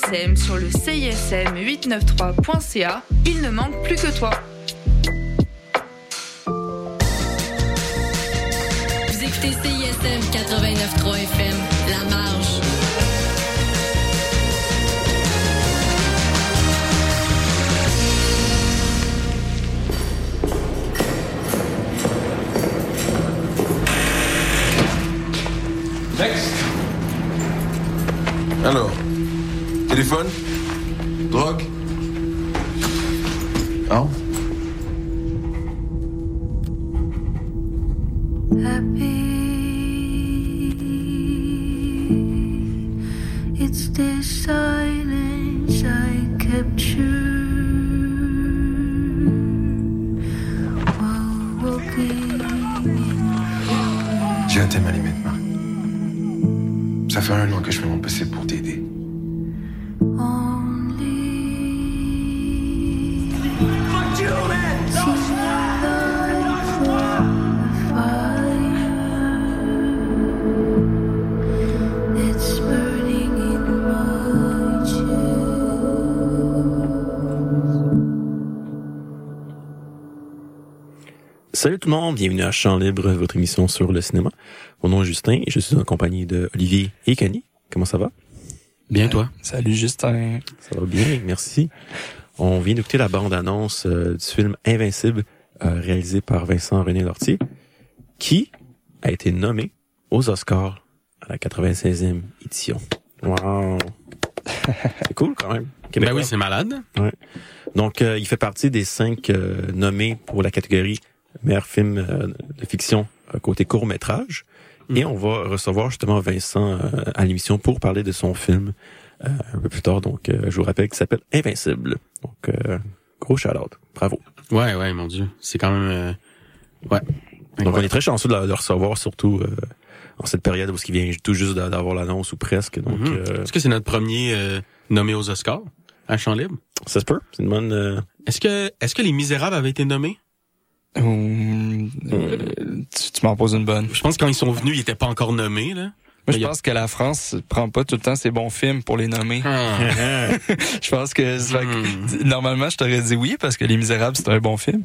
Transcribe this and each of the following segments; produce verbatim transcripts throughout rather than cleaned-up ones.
M sur le C I S M huit cent quatre-vingt-treize point C A. Il ne manque plus que toi. Vous écoutez C I S M quatre-vingt-neuf virgule trois F M, La Marge. Next. Alors, téléphone, drogue, arme. Happy, it's this silence I capture while walking in. J'ai atteint ma limite, Marc. Ça fait un an que je fais mon possible pour t'aider. Salut tout le monde, bienvenue à Champ Libre, votre émission sur le cinéma. Mon nom est Justin et je suis en compagnie de Olivier et Kenny. Comment ça va? Bien, toi? Salut Justin. Ça va bien, merci. On vient d'écouter la bande-annonce euh, du film Invincible, euh, réalisé par Vincent René Lortier, qui a été nommé aux Oscars à la quatre-vingt-seizième édition. Wow! C'est cool quand même. Québécois. Ben oui, c'est malade. Ouais. Donc, euh, il fait partie des cinq euh, nommés pour la catégorie meilleur film euh, de fiction euh, côté court-métrage. Mm. Et on va recevoir justement Vincent euh, à l'émission pour parler de son film euh, un peu plus tard. Donc, euh, je vous rappelle qu'il s'appelle Invincible. Donc, euh, gros shout-out. Bravo. Ouais, ouais, mon Dieu. C'est quand même... Euh... Ouais. Donc, ouais. On est très chanceux de le recevoir, surtout euh, en cette période où il vient tout juste d'avoir l'annonce ou presque. Donc, mm-hmm. euh... Est-ce que c'est notre premier euh, nommé aux Oscars à Champ Libre? Ça se peut. C'est une bonne... Euh... Est-ce que est-ce que Les Misérables avaient été nommés? Hum, euh, tu, tu m'en poses une bonne. Je pense que quand ils sont venus, ils étaient pas encore nommés, là. Moi, je pense a... que la France prend pas tout le temps ses bons films pour les nommer. Ah. Je pense que, mm. que normalement, je t'aurais dit oui parce que Les Misérables, c'est un bon film.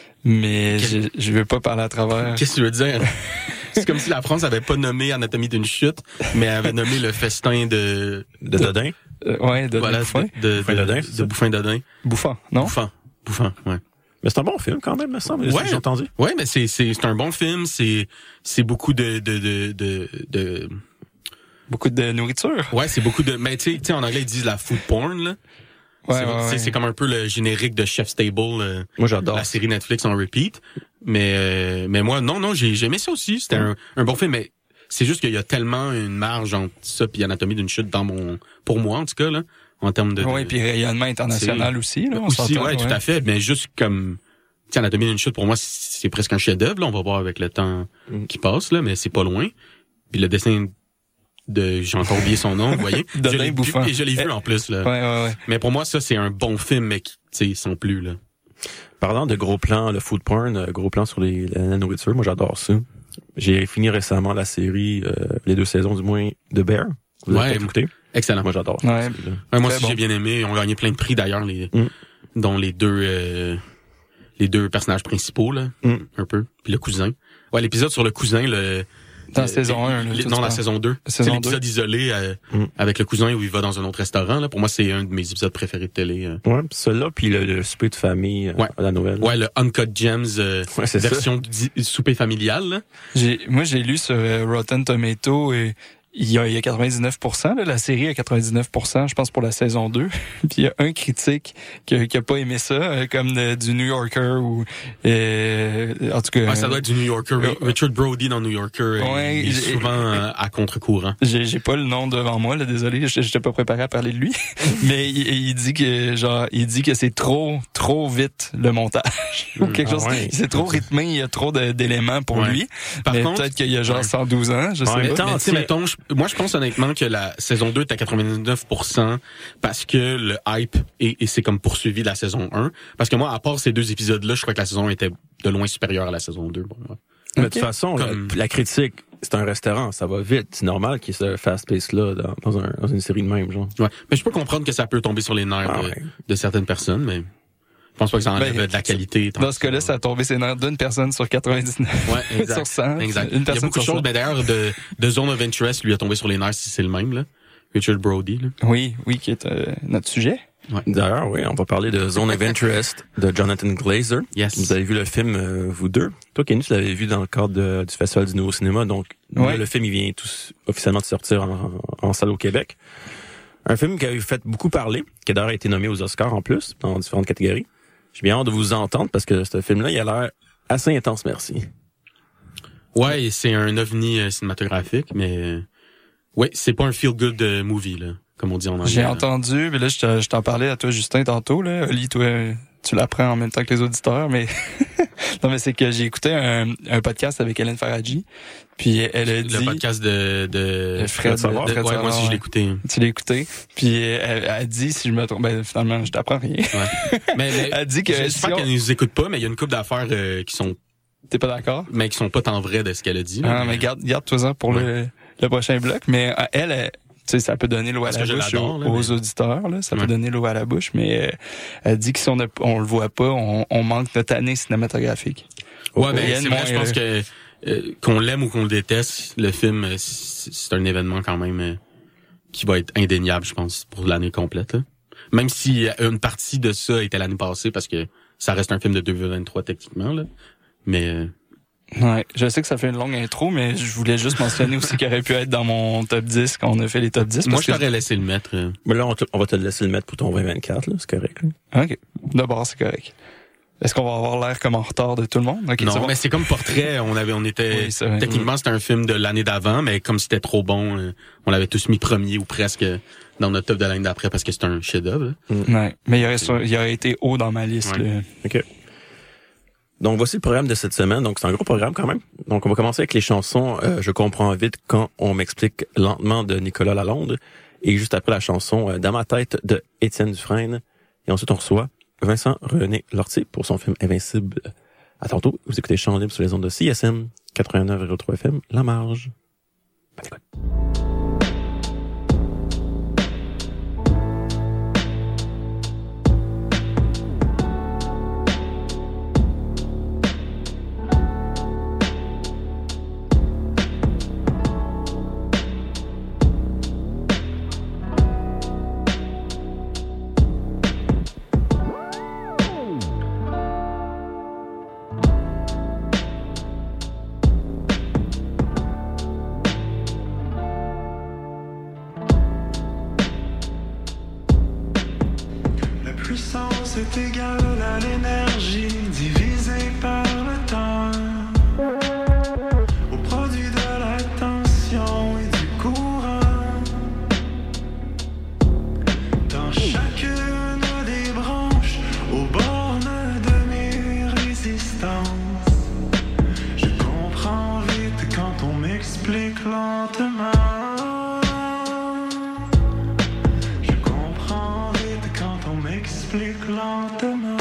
Mais je, je veux pas parler à travers. Qu'est-ce que tu veux dire? C'est comme si la France avait pas nommé Anatomie d'une chute, mais avait nommé Le Festin de... De Dodin? Euh, ouais, de voilà, Bouffin. De, de, de, Dodin, de, de Bouffin Dodin. Bouffin, non? Bouffin. Bouffin, ouais. Mais c'est un bon film quand même, me semble. Ouais, j'ai entendu. Ouais, mais c'est c'est c'est un bon film. C'est c'est beaucoup de de de de, de... beaucoup de nourriture. Ouais, c'est beaucoup de. Mais tu sais, tu sais, en anglais ils disent la food porn là. Ouais, c'est, ouais, ouais. c'est comme un peu le générique de Chef's Table. Euh, moi, j'adore la série Netflix en repeat. Mais euh, mais moi, non, non, j'ai, j'ai aimé ça aussi. C'était un, un bon film, mais c'est juste qu'il y a tellement une marge entre ça puis Anatomie d'une chute dans mon, pour moi en tout cas là, en termes de. Oui, puis rayonnement international c'est, aussi là. On aussi, ouais, ouais, tout à fait. Mais juste comme, tu sais, Anatomie d'une chute pour moi, c'est, c'est presque un chef-d'œuvre. Là, on va voir avec le temps mm. qui passe là, mais c'est pas loin. Puis le dessin de j'ai encore oublié son nom, vous voyez. je l'ai vu, et je l'ai vu en plus là. Ouais, ouais, ouais. Mais pour moi ça c'est un bon film mais qui tu sais sans plus là. Parlant de gros plans, le food porn, gros plans sur les la nourriture, moi j'adore ça. J'ai fini récemment la série euh, les deux saisons du moins de Bear. Vous avez ouais, écouté? Excellent. Moi j'adore ça. Ouais. Ouais, moi aussi bon. J'ai bien aimé, ils ont gagné plein de prix d'ailleurs les mm. dont les deux euh, les deux personnages principaux là, mm. un peu, puis le cousin. Ouais, l'épisode sur le cousin le dans la saison un. Là, dans la saison deux. C'est l'épisode deux. Isolé euh, mm. avec le cousin où il va dans un autre restaurant. Là. Pour moi, c'est un de mes épisodes préférés de télé. Euh. Ouais, celui-là, puis le, le souper de famille euh, ouais. à la Noël. Ouais, le Uncut Gems euh, ouais, version di- souper familial. Là. J'ai, moi, j'ai lu sur euh, Rotten Tomato et il y a, il y a quatre-vingt-dix-neuf pour cent, là, la série a quatre-vingt-dix-neuf pour cent, je pense, pour la saison deux. Puis il y a un critique qui a, qui a pas aimé ça, euh, comme de, du New Yorker ou... Euh, en tout cas... Ouais, ça doit être du New Yorker. Euh, Richard Brody dans New Yorker, ouais, il est souvent euh, à contre-courant. J'ai, j'ai pas le nom devant moi, là, désolé, j'étais pas préparé à parler de lui. Mais il, il dit que genre il dit que c'est trop, trop vite le montage. ou quelque chose. Ah ouais. C'est trop rythmé, il y a trop de, d'éléments pour ouais. lui. Par mais contre, peut-être qu'il y a genre ouais. cent douze ans, je sais ouais, pas. Mais tu sais, mettons... Moi, je pense honnêtement que la saison deux est à quatre-vingt-dix-neuf pour cent parce que le hype et, et c'est comme poursuivi de la saison un. Parce que moi, à part ces deux épisodes-là, je crois que la saison un était de loin supérieure à la saison deux pour moi. Mais de toute façon, comme... la, la critique c'est un restaurant, ça va vite. C'est normal qu'il y ait ce fast-pace-là dans, dans, un, dans une série de même, genre. Ouais. Mais je peux comprendre que ça peut tomber sur les nerfs Ah de, ouais. de certaines personnes, mais je pense pas que ça enlève Ben, de la qualité. Dans ce cas-là, ça a tombé ses nerfs d'une personne sur quatre-vingt-dix-neuf. Ouais, exact. sur cent. Exact. Une Il y a personne beaucoup de sur choses. cent. Mais d'ailleurs, de, de Zone of Interest lui a tombé sur les nerfs si c'est le même, là. Richard Brody, là. Oui, oui, qui est euh, notre sujet. D'ailleurs, oui, on va parler de Zone of Interest de Jonathan Glazer. Yes. Vous avez vu le film, euh, vous deux. Toi, Kenny, tu l'avais vu dans le cadre de, du Festival du Nouveau Cinéma. Donc, Ouais. là, le film, il vient tout officiellement de sortir en, en salle au Québec. Un film qui a fait beaucoup parler, qui a d'ailleurs été nommé aux Oscars en plus, dans différentes catégories. J'ai bien hâte de vous entendre parce que ce film-là, il a l'air assez intense, merci. Ouais, c'est un ovni euh, cinématographique, mais euh, ouais, c'est pas un feel-good euh, movie, là, comme on dit en anglais. J'ai là. entendu, mais là, je te- je t'en parlais à toi, Justin, tantôt, là. Oli, toi, tu l'apprends en même temps que les auditeurs, mais non, mais c'est que j'ai écouté un, un podcast avec Hélène Faradji, puis elle a dit... Le podcast de... de... Le Fred, de- Savard, de- Fred ouais, Savard, moi aussi, je ouais. l'ai écouté. Tu l'as écouté, puis elle, elle a dit, si je me trompe, ben finalement, je t'apprends rien. Ouais. mais, mais Elle dit que si j'espère on- qu'elle nous écoute pas, mais il y a une couple d'affaires euh, qui sont... T'es pas d'accord? mais qui sont pas tant vraies de ce qu'elle a dit. là, Ah, mais garde, garde-toi ça pour Ouais. le, le prochain bloc. Mais euh, elle, elle tu sais, ça peut donner l'eau à Parce la que je bouche l'adore, aux, là, aux mais- auditeurs. Là, ça Ouais. peut donner l'eau à la bouche, mais euh, elle dit que si on, a, on le voit pas, on, on manque notre année cinématographique. Ouais, mais Hélène, c'est vrai, moi, je pense euh, que euh, qu'on l'aime ou qu'on le déteste, le film, euh, c'est c'est un événement quand même euh, qui va être indéniable, je pense, pour l'année complète. Là. Même si euh, une partie de ça était l'année passée, parce que ça reste un film de deux mille vingt-trois techniquement, là. Mais euh, Ouais, je sais que ça fait une longue intro, mais je voulais juste mentionner aussi qu'il aurait pu être dans mon top dix quand on a fait les top dix. moi, parce je que- t'aurais laissé le mettre. euh. Mais là, on, te- on va te laisser le mettre pour ton vingt vingt-quatre, là, c'est correct. Là. OK. D'abord, c'est correct. Est-ce qu'on va avoir l'air comme en retard de tout le monde? OK, non, c'est bon. mais c'est comme Portrait. On avait, on était Oui, c'est vrai. techniquement c'était un film de l'année d'avant, mais comme c'était trop bon, euh, on l'avait tous mis premier ou presque dans notre top de l'année d'après parce que c'est un chef-d'œuvre. Ouais, mais il aurait, sur- il aurait été haut dans ma liste. Ouais. là. OK. Donc, voici le programme de cette semaine. Donc, c'est un gros programme quand même. Donc, on va commencer avec les chansons euh, Je comprends vite quand on m'explique lentement de Nicolas Lalonde. Et juste après la chanson euh, Dans ma tête de Étienne Dufresne. Et ensuite, on reçoit Vincent René Lortie pour son film Invincible. À tantôt, vous écoutez Chant libre sur les ondes de C S M quatre-vingt-neuf virgule trois F M, La Marge. Bonne écoute. La puissance est égale à l'énergie divisée par le temps. Au produit de la tension et du courant. Dans chacune des branches, aux bornes de mes résistances. Je comprends vite quand on m'explique lentement. Je comprends vite quand on m'explique lentement.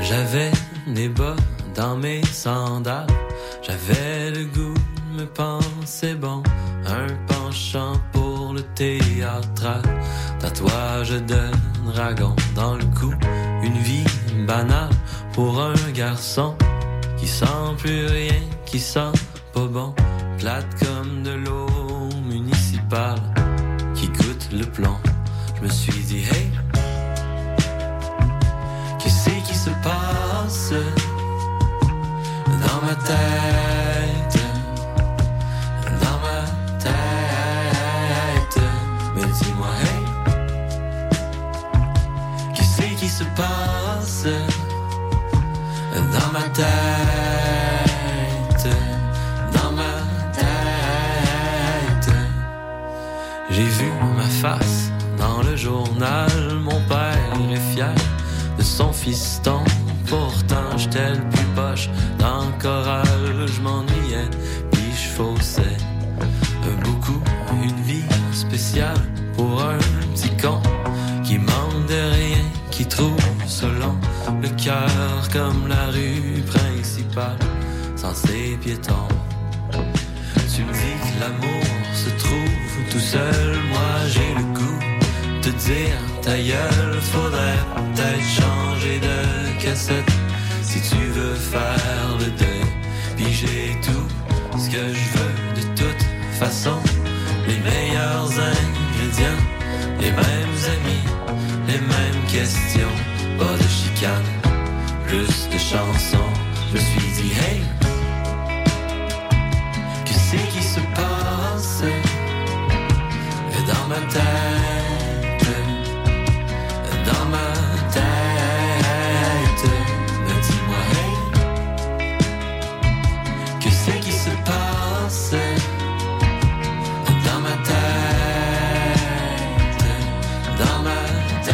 J'avais des bas dans mes sandales. J'avais le goût de me penser bon. Un penchant pour le théâtral. Tatouage de dragon dans le cou. Une vie banale pour un garçon qui sent plus rien, qui sent pas bon. Plate comme de l'eau municipale qui goûte le plomb. Je me suis dit hey, qu'est-ce qui se passe dans ma tête, dans ma tête? Mais dis-moi hey, qu'est-ce qui se passe dans ma tête, dans ma tête? J'ai vu ma face dans le journal, mon père est fier de son fiston. Pourtant j'étais le plus poche dans le choral, je m'ennuyais puis je faussais beaucoup. Une vie spéciale pour un petit con qui manque de rien, qui trouve selon le cœur comme la rue principale sans ses piétons. Tu me dis que l'amour se trouve tout seul, moi j'ai le goût de te dire ta gueule. Faudrait peut-être changer de cassette si tu veux faire le deuil. Puis j'ai tout ce que je veux de toute façon, les meilleurs ingrédients, les mêmes amis, les mêmes questions. Pas de chicane, plus de chansons. Je me suis dit hey, qu'est-ce qui se passe dans ma tête, dans ma tête? Me dis-moi hey, qu'est-ce qui se passe dans ma tête, dans ma tête?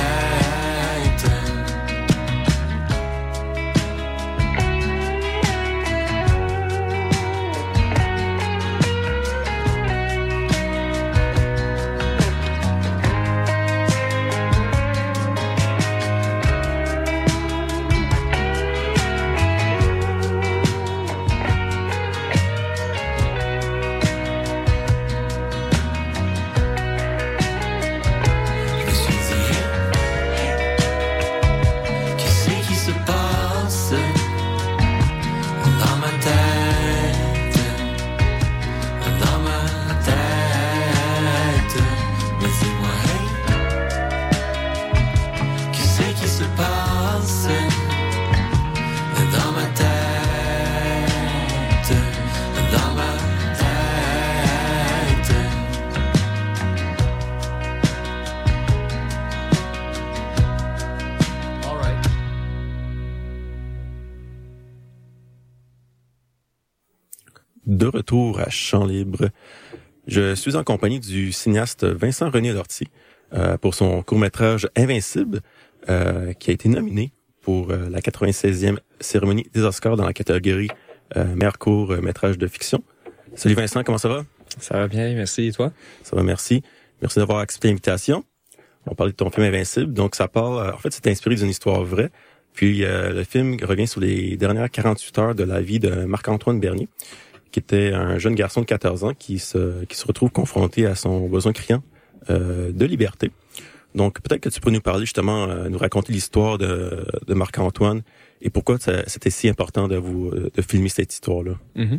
De retour à Champ Libre, je suis en compagnie du cinéaste Vincent René Lortie euh, pour son court-métrage Invincible, euh, qui a été nominé pour euh, la quatre-vingt-seizième cérémonie des Oscars dans la catégorie euh, meilleur court-métrage de fiction. Salut Vincent, comment ça va? Ça va bien, merci. Et toi? Ça va, merci. Merci d'avoir accepté l'invitation. On parlait de ton film Invincible, donc ça parle, en fait, c'est inspiré d'une histoire vraie. Puis euh, le film revient sur les dernières quarante-huit heures de la vie de Marc-Antoine Bernier, qui était un jeune garçon de quatorze ans qui se qui se retrouve confronté à son besoin criant euh, de liberté. Donc peut-être que tu peux nous parler justement, euh, nous raconter l'histoire de, de Marc-Antoine et pourquoi ça, c'était si important de vous de filmer cette histoire-là. Mm-hmm.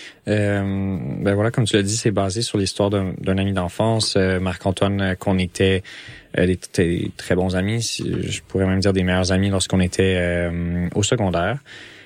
Euh, ben voilà, comme tu l'as dit, c'est basé sur l'histoire d'un, d'un ami d'enfance, euh, Marc-Antoine, euh, qu'on était euh, des, des très bons amis, je pourrais même dire des meilleurs amis lorsqu'on était euh, au secondaire.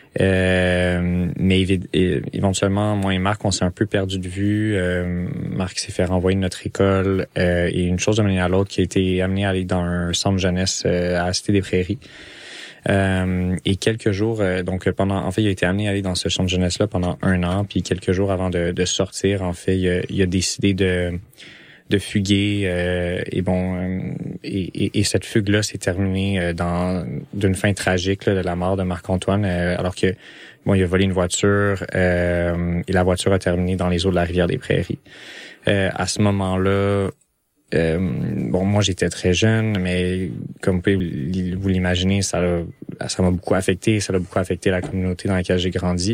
Euh, mais éventuellement, moi et Marc, on s'est un peu perdu de vue. Euh, Marc s'est fait renvoyer de notre école euh, et une chose a mené à l'autre, qui a été amené à aller dans un centre jeunesse euh, à la Cité des Prairies. Euh, et quelques jours, euh, donc pendant, en fait, il a été amené à aller dans ce centre jeunesse-là pendant un an. Puis quelques jours avant de, de sortir, en fait, il a, il a décidé de de fuguer euh, et bon euh, et, et, et cette fugue-là s'est terminée euh, dans d'une fin tragique là, de la mort de Marc-Antoine euh, alors que bon il a volé une voiture euh, et la voiture a terminé dans les eaux de la rivière des Prairies. Euh, à ce moment-là, euh, bon moi j'étais très jeune, mais comme vous pouvez vous l'imaginer, ça a ça m'a beaucoup affecté, ça a beaucoup affecté la communauté dans laquelle j'ai grandi.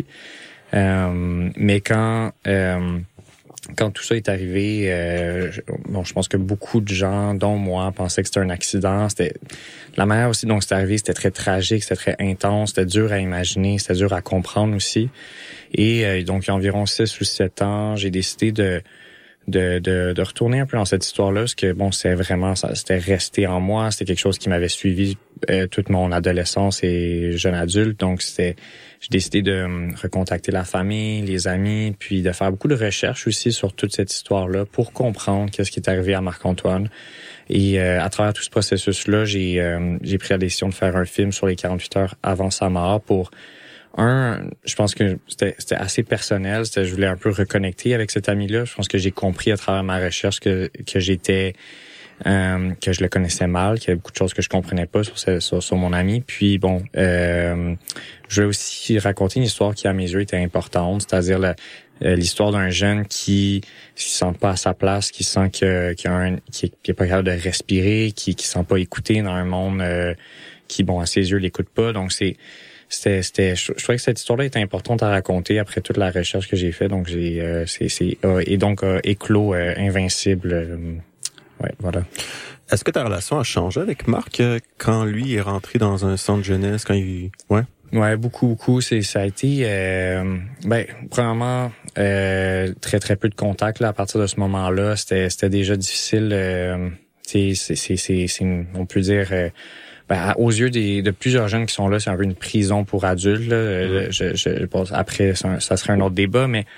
Euh, mais quand euh, quand tout ça est arrivé, euh, je, bon, je pense que beaucoup de gens, dont moi, pensaient que c'était un accident. C'était la manière aussi dont c'était arrivé, c'était très tragique, c'était très intense, c'était dur à imaginer, c'était dur à comprendre aussi. Et euh, donc, il y a environ six ou sept ans, j'ai décidé de de, de de retourner un peu dans cette histoire-là, parce que bon, c'est vraiment, ça, c'était resté en moi, c'était quelque chose qui m'avait suivi euh, toute mon adolescence et jeune adulte. Donc, c'était j'ai décidé de um, recontacter la famille, les amis, puis de faire beaucoup de recherches aussi sur toute cette histoire-là pour comprendre qu'est-ce qui est arrivé à Marc-Antoine. Et euh, à travers tout ce processus-là, j'ai euh, j'ai pris la décision de faire un film sur les quarante-huit heures avant sa mort pour un, je pense que c'était c'était assez personnel, c'était je voulais un peu reconnecter avec cet ami-là. Je pense que j'ai compris à travers ma recherche que que j'étais Euh, que je le connaissais mal, qu'il y avait beaucoup de choses que je comprenais pas sur, sur, sur mon ami. Puis bon, euh, je vais aussi raconter une histoire qui à mes yeux était importante, c'est-à-dire la, euh, l'histoire d'un jeune qui qui se sent pas à sa place, qui sent que qu'il, a un, qui, qui est pas capable de respirer, qui qui se sent pas écouté dans un monde euh, qui bon à ses yeux l'écoute pas. Donc c'est c'était c'était je, je trouvais que cette histoire-là était importante à raconter après toute la recherche que j'ai faite. Donc j'ai euh, c'est c'est euh, et donc euh, éclos euh, invincible. Euh, Ouais, voilà. Est-ce que ta relation a changé avec Marc euh, quand lui est rentré dans un centre jeunesse, quand il... Ouais? Ouais, beaucoup, beaucoup. C'est, ça a été, euh, ben, premièrement, euh, très, très peu de contact, là, à partir de ce moment-là. C'était, c'était déjà difficile, euh, c'est, c'est, c'est, c'est, c'est une, on peut dire, euh, ben, aux yeux des, de plusieurs jeunes qui sont là, c'est un peu une prison pour adultes, là. Mmh. Je, je, je pense, après, ça, ça serait un autre débat, mais,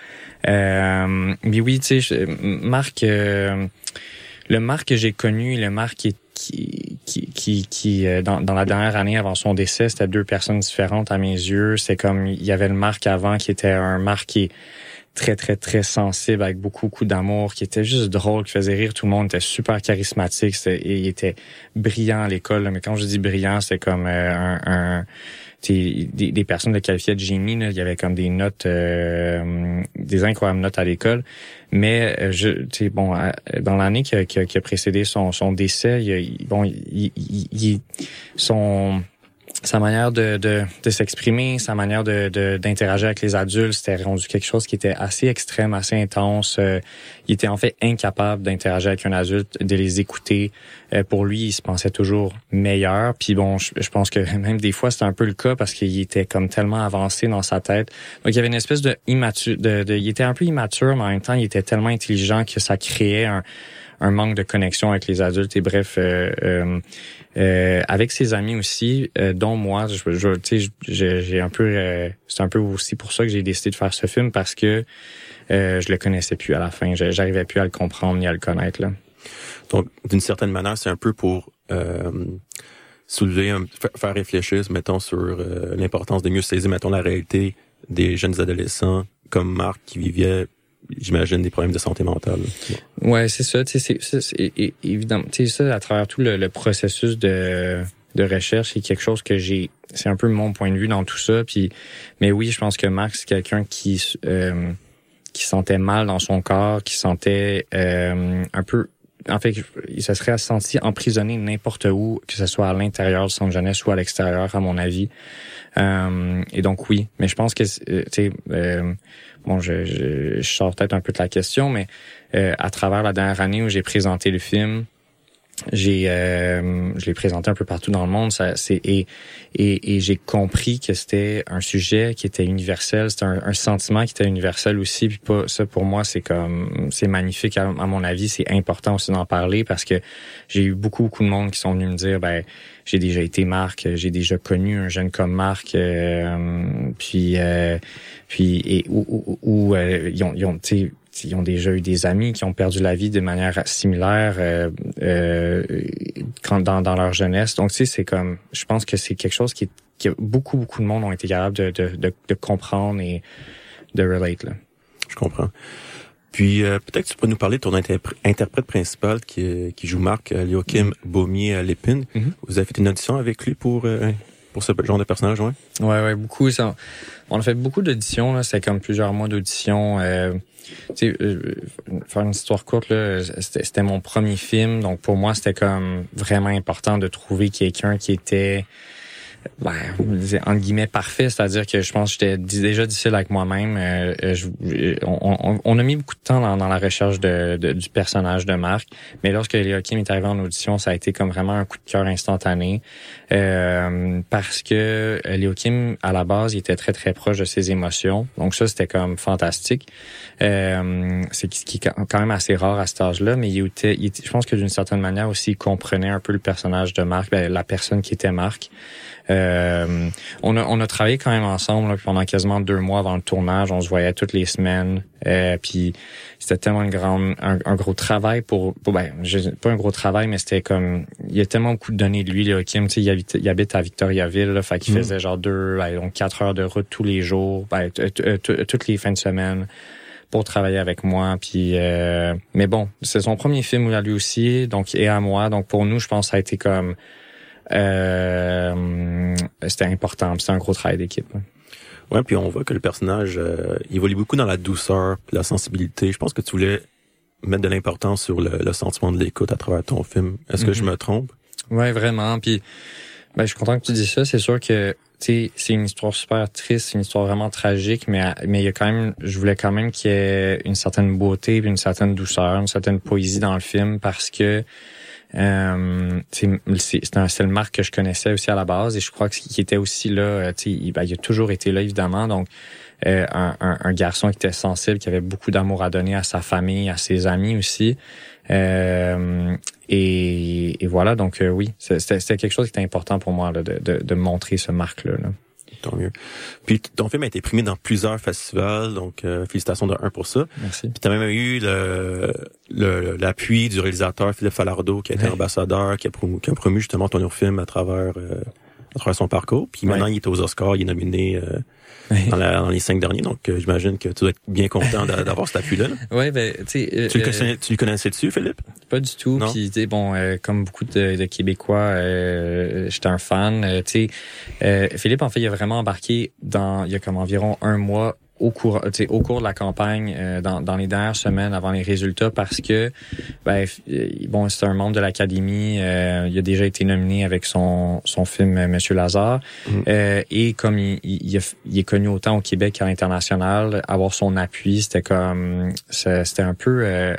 euh, mais oui, tu sais, Marc, euh, le Marc que j'ai connu, le Marc qui, qui, qui, qui, qui dans, dans la dernière année avant son décès, c'était deux personnes différentes à mes yeux. C'est comme, il y avait le Marc avant qui était un Marc qui est très, très, très sensible, avec beaucoup, beaucoup d'amour, qui était juste drôle, qui faisait rire tout le monde, était super charismatique, et il était brillant à l'école. Mais quand je dis brillant, c'est comme euh, un... un Des, des personnes le qualifiaient de génie, là. Il y avait comme des notes, euh, des incroyables notes à l'école. Mais je, tu sais, bon, dans l'année qui a, qui a, qui a précédé son, son décès, il, bon, il, il, il, son sa manière de, de, de s'exprimer, sa manière de, de d'interagir avec les adultes, c'était rendu quelque chose qui était assez extrême, assez intense. Euh, il était en fait incapable d'interagir avec un adulte, de les écouter. Euh, pour lui, il se pensait toujours meilleur. Puis bon, je, je pense que même des fois, c'était un peu le cas parce qu'il était comme tellement avancé dans sa tête. Donc, il y avait une espèce de immature, de, de, il était un peu immature, mais en même temps, il était tellement intelligent que ça créait un, un manque de connexion avec les adultes. Et bref, euh, euh, euh, avec ses amis aussi, euh, dont moi, je, je, tu sais, j'ai, j'ai un peu, euh, c'est un peu aussi pour ça que j'ai décidé de faire ce film parce que euh, je le connaissais plus à la fin. Je, j'arrivais plus à le comprendre ni à le connaître, là. Donc, d'une certaine manière, c'est un peu pour euh, soulever, un, faire réfléchir, mettons, sur euh, l'importance de mieux saisir, mettons, la réalité des jeunes adolescents comme Marc qui vivaient, j'imagine, des problèmes de santé mentale. Ouais, c'est ça. Tu sais, c'est, c'est, c'est évident. Tu sais, ça, à travers tout le, le processus de de recherche, c'est quelque chose que j'ai. C'est un peu mon point de vue dans tout ça. Puis, mais oui, je pense que Marc, c'est quelqu'un qui euh, qui sentait mal dans son corps, qui sentait euh, un peu. En fait, il se serait senti emprisonné n'importe où, que ce soit à l'intérieur de son jeunesse ou à l'extérieur, à mon avis. Euh, et donc, oui. Mais je pense que, euh, tu sais, euh, bon, je, je, je sors peut-être un peu de la question, mais euh, à travers la dernière année où j'ai présenté le film, j'ai, euh, je l'ai présenté un peu partout dans le monde, ça, c'est et et, et j'ai compris que c'était un sujet qui était universel, c'était un, un sentiment qui était universel aussi. Puis pas ça pour moi, c'est comme c'est magnifique à, à mon avis, c'est important aussi d'en parler parce que j'ai eu beaucoup beaucoup de monde qui sont venus me dire ben j'ai déjà été Marc, j'ai déjà connu un jeune comme Marc, euh, puis euh, puis et où où euh, ils ont ils ont tu sais ils ont déjà eu des amis qui ont perdu la vie de manière similaire euh, euh, quand, dans, dans leur jeunesse. Donc, tu sais, c'est comme... Je pense que c'est quelque chose qui, qui beaucoup, beaucoup de monde ont été capables de, de, de, de comprendre et de relate, là. Je comprends. Puis, euh, peut-être que tu peux nous parler de ton interpr- interprète principal qui, qui joue Marc, euh, Joachim mm-hmm. Baumier-Lépine. Mm-hmm. Vous avez fait une audition avec lui pour... Euh, pour ce genre de personnage, ouais? Ouais, ouais, beaucoup. Ça, on a fait beaucoup d'auditions, là. C'était comme plusieurs mois d'auditions. Euh, tu sais, euh, faire une histoire courte, là, c'était, c'était mon premier film. Donc, pour moi, c'était comme vraiment important de trouver quelqu'un qui était ben, entre guillemets parfait, c'est-à-dire que je pense que j'étais déjà difficile avec moi-même. Euh, je, on, on, on a mis beaucoup de temps dans, dans la recherche de, de, du personnage de Marc, mais lorsque Léo Kim est arrivé en audition, ça a été comme vraiment un coup de cœur instantané, euh, parce que Léo Kim, à la base, il était très très proche de ses émotions, donc ça c'était comme fantastique. Euh, c'est ce qui est quand même assez rare à cet âge-là, mais il était, il était, je pense que d'une certaine manière aussi, il comprenait un peu le personnage de Marc, ben, la personne qui était Marc. Euh, on a on a travaillé quand même ensemble là, pendant quasiment deux mois avant le tournage. On se voyait toutes les semaines. Euh, puis c'était tellement une grande un, un gros travail pour, pour ben je, pas un gros travail, mais c'était comme il y a tellement beaucoup de données de lui là. Kim, tu sais, il habite il habite à Victoriaville là, fait qu'il mmh. faisait genre deux ben, donc quatre heures de route tous les jours, ben toutes les fins de semaine pour travailler avec moi. Puis euh, mais bon, c'est son premier film à lui aussi, donc et à moi. Donc pour nous, je pense que ça a été comme Euh, c'était important, c'était un gros travail d'équipe. Ouais, puis on voit que le personnage euh, évolue beaucoup dans la douceur, la sensibilité. Je pense que tu voulais mettre de l'importance sur le, le sentiment de l'écoute à travers ton film. Est-ce que mm-hmm. je me trompe? Ouais, vraiment. Puis, ben, je suis content que tu dis ça. C'est sûr que, tu sais, c'est une histoire super triste, c'est une histoire vraiment tragique, mais mais il y a quand même, je voulais quand même qu'il y ait une certaine beauté, une certaine douceur, une certaine poésie dans le film, parce que Euh, c'est, c'est, un, c'est le Marc que je connaissais aussi à la base, et je crois que ce qui était aussi là, tu sais, il, ben, il a toujours été là évidemment, donc euh, un, un, un garçon qui était sensible, qui avait beaucoup d'amour à donner à sa famille, à ses amis aussi, euh, et, et voilà, donc euh, oui, c'était, c'était quelque chose qui était important pour moi là, de, de, de montrer ce Marc-là. Là. Tant mieux. Puis ton film a été primé dans plusieurs festivals, donc euh, félicitations de un pour ça. Merci. Puis t'as même eu le, le l'appui du réalisateur Philippe Falardeau, qui a été ouais. ambassadeur, qui a, promu, qui a promu justement ton film à travers euh, à travers son parcours. Puis maintenant, ouais. il est aux Oscars, il est nominé euh, ouais. dans, la, dans les cinq derniers, donc euh, j'imagine que tu dois être bien content d'avoir cet appui-là. Là. Ouais, ben tu sais, euh, tu le connaissais, tu le connaissais dessus, Philippe? Pas du tout. Puis tu sais, bon, euh, comme beaucoup de, de Québécois, euh, j'étais un fan. Euh, tu sais, euh, Philippe en fait, il a vraiment embarqué dans, il y a comme environ un mois. Au cours, tu sais, au cours de la campagne, euh, dans, dans les dernières semaines avant les résultats, parce que, ben, bon, c'est un membre de l'Académie, euh, il a déjà été nominé avec son son film Monsieur Lazare, mm-hmm. euh, et comme il, il, a, il est connu autant au Québec qu'à l'international, avoir son appui, c'était comme, c'était un peu. Euh,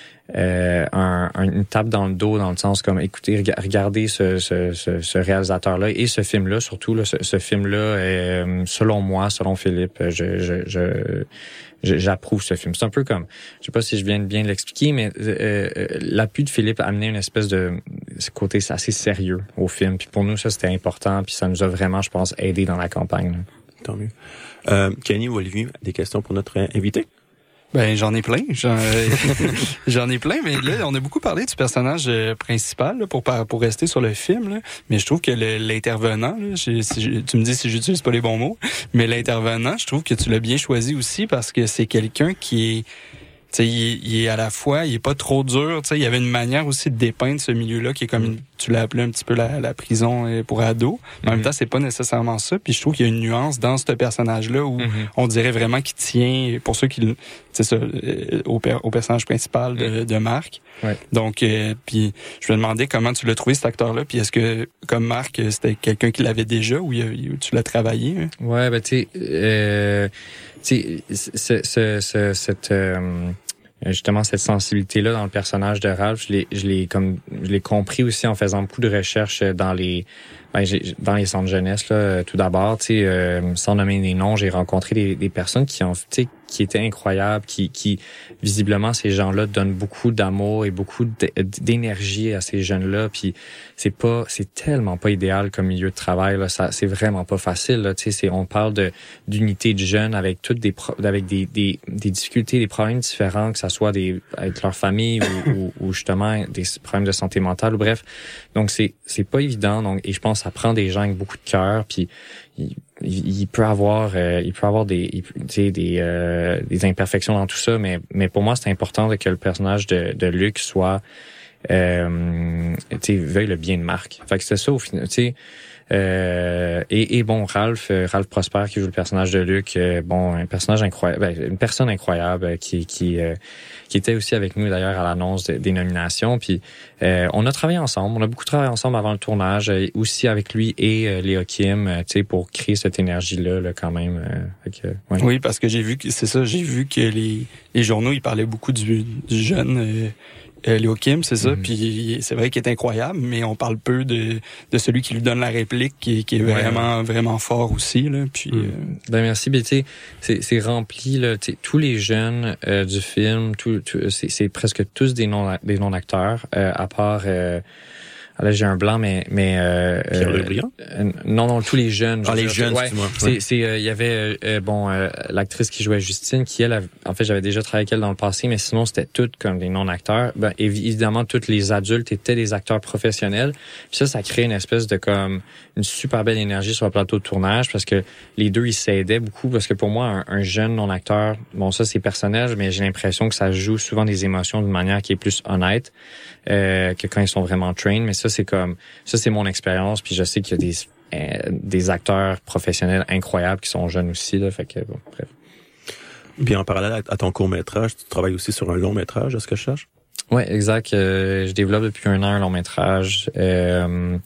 Euh, un, un, une tape dans le dos, dans le sens comme, écoutez, regardez ce, ce, ce, ce réalisateur-là et ce film-là, surtout là, ce, ce film-là, euh, selon moi, selon Philippe, je, je, je, je j'approuve ce film. C'est un peu comme, je sais pas si je viens de bien l'expliquer, mais euh, l'appui de Philippe a amené une espèce de ce côté assez sérieux au film. Puis pour nous, ça c'était important, puis ça nous a vraiment, je pense, aidé dans la campagne. Là. Tant mieux. Euh, Kenny ou Olivier, des questions pour notre invité? Ben j'en ai plein, j'en, j'en ai plein, mais là on a beaucoup parlé du personnage principal là, pour pour rester sur le film, là. Mais je trouve que le, l'intervenant, là, je, si je, tu me dis si j'utilise pas les bons mots, mais l'intervenant, je trouve que tu l'as bien choisi aussi parce que c'est quelqu'un qui est, tu sais, il, il est à la fois, il est pas trop dur, tu sais, il y avait une manière aussi de dépeindre ce milieu-là qui est comme une, tu l'as appelé un petit peu la, la prison pour ados. Mais en mm-hmm. même temps, c'est pas nécessairement ça. Puis je trouve qu'il y a une nuance dans ce personnage-là où mm-hmm. on dirait vraiment qu'il tient, pour ceux qui, tu sais ça, au, au personnage principal de, de Marc. Ouais. Donc, euh, puis je me demandais comment tu l'as trouvé cet acteur-là. Puis est-ce que, comme Marc, c'était quelqu'un qui l'avait déjà ou tu l'as travaillé? Hein? Ouais, ben tu sais, euh, tu sais, ce, ce, cette euh, justement cette sensibilité-là dans le personnage de Ralph, je l'ai, je l'ai comme, je l'ai compris aussi en faisant beaucoup de recherches dans les, ben, j'ai, dans les centres jeunesse là. Tout d'abord, tu sais, euh, sans nommer des noms, j'ai rencontré des, des personnes qui ont, tu sais, qui étaient incroyables, qui, qui visiblement ces gens-là donnent beaucoup d'amour et beaucoup d'énergie à ces jeunes-là. Puis c'est pas, c'est tellement pas idéal comme milieu de travail là. Ça, c'est vraiment pas facile là. Tu sais, c'est, on parle de d'unité de jeunes avec toutes des, avec des, des, des difficultés, des problèmes différents, que ça soit des avec leur famille ou, ou, ou justement des problèmes de santé mentale ou bref. Donc c'est, c'est pas évident. Donc et je pense que ça prend des gens avec beaucoup de cœur. Puis il, il, il peut avoir euh, il peut avoir des il, tu sais des euh, des imperfections dans tout ça, mais mais pour moi c'est important que le personnage de de Luc soit euh, tu sais, veuille le bien de Marc. Fait que c'était ça au final, tu sais. Euh, et, et bon, Ralph, euh, Ralph Prosper qui joue le personnage de Luc, euh, bon, un personnage incroyable, ben, une personne incroyable euh, qui qui euh, qui était aussi avec nous d'ailleurs à l'annonce de, des nominations. Puis euh, on a travaillé ensemble, on a beaucoup travaillé ensemble avant le tournage, euh, aussi avec lui et euh, Léa Kim, euh, tu sais, pour créer cette énergie-là, là, quand même. Euh, fait que, ouais. Oui, parce que j'ai vu que c'est ça, j'ai vu que les les journaux ils parlaient beaucoup du, du jeune. Euh, Euh, Léo Kim, c'est ça. Mm-hmm. Puis c'est vrai qu'il est incroyable, mais on parle peu de de celui qui lui donne la réplique, qui, qui est ouais, vraiment ouais. vraiment fort aussi là. Puis mm. euh... ben merci. Ben tu sais, c'est c'est rempli là. Tous les jeunes euh, du film, tout, tout c'est c'est presque tous des non des non acteurs, euh, à part. Euh, Là, j'ai un blanc, mais mais euh, Pierre-Luc Briand? Euh, non, non, tous les jeunes. Ah, les dire, jeunes, ouais, c'est c'est il euh, y avait euh, bon euh, l'actrice qui jouait Justine, qui elle, avait, en fait, j'avais déjà travaillé avec elle dans le passé, mais sinon c'était toutes comme des non-acteurs. Ben évidemment, tous les adultes étaient des acteurs professionnels. Puis ça, ça crée une espèce de comme une super belle énergie sur le plateau de tournage parce que les deux ils s'aidaient beaucoup parce que pour moi un, un jeune non-acteur, bon ça c'est personnel, mais j'ai l'impression que ça joue souvent des émotions d'une manière qui est plus honnête euh, que quand ils sont vraiment trained, mais ça c'est comme ça c'est mon expérience, puis je sais qu'il y a des euh, des acteurs professionnels incroyables qui sont jeunes aussi là, fait que bon, bref. Puis en parallèle à ton court-métrage, tu travailles aussi sur un long-métrage, est-ce que je cherche? Ouais, exact. Euh, je développe depuis un an un long-métrage euh,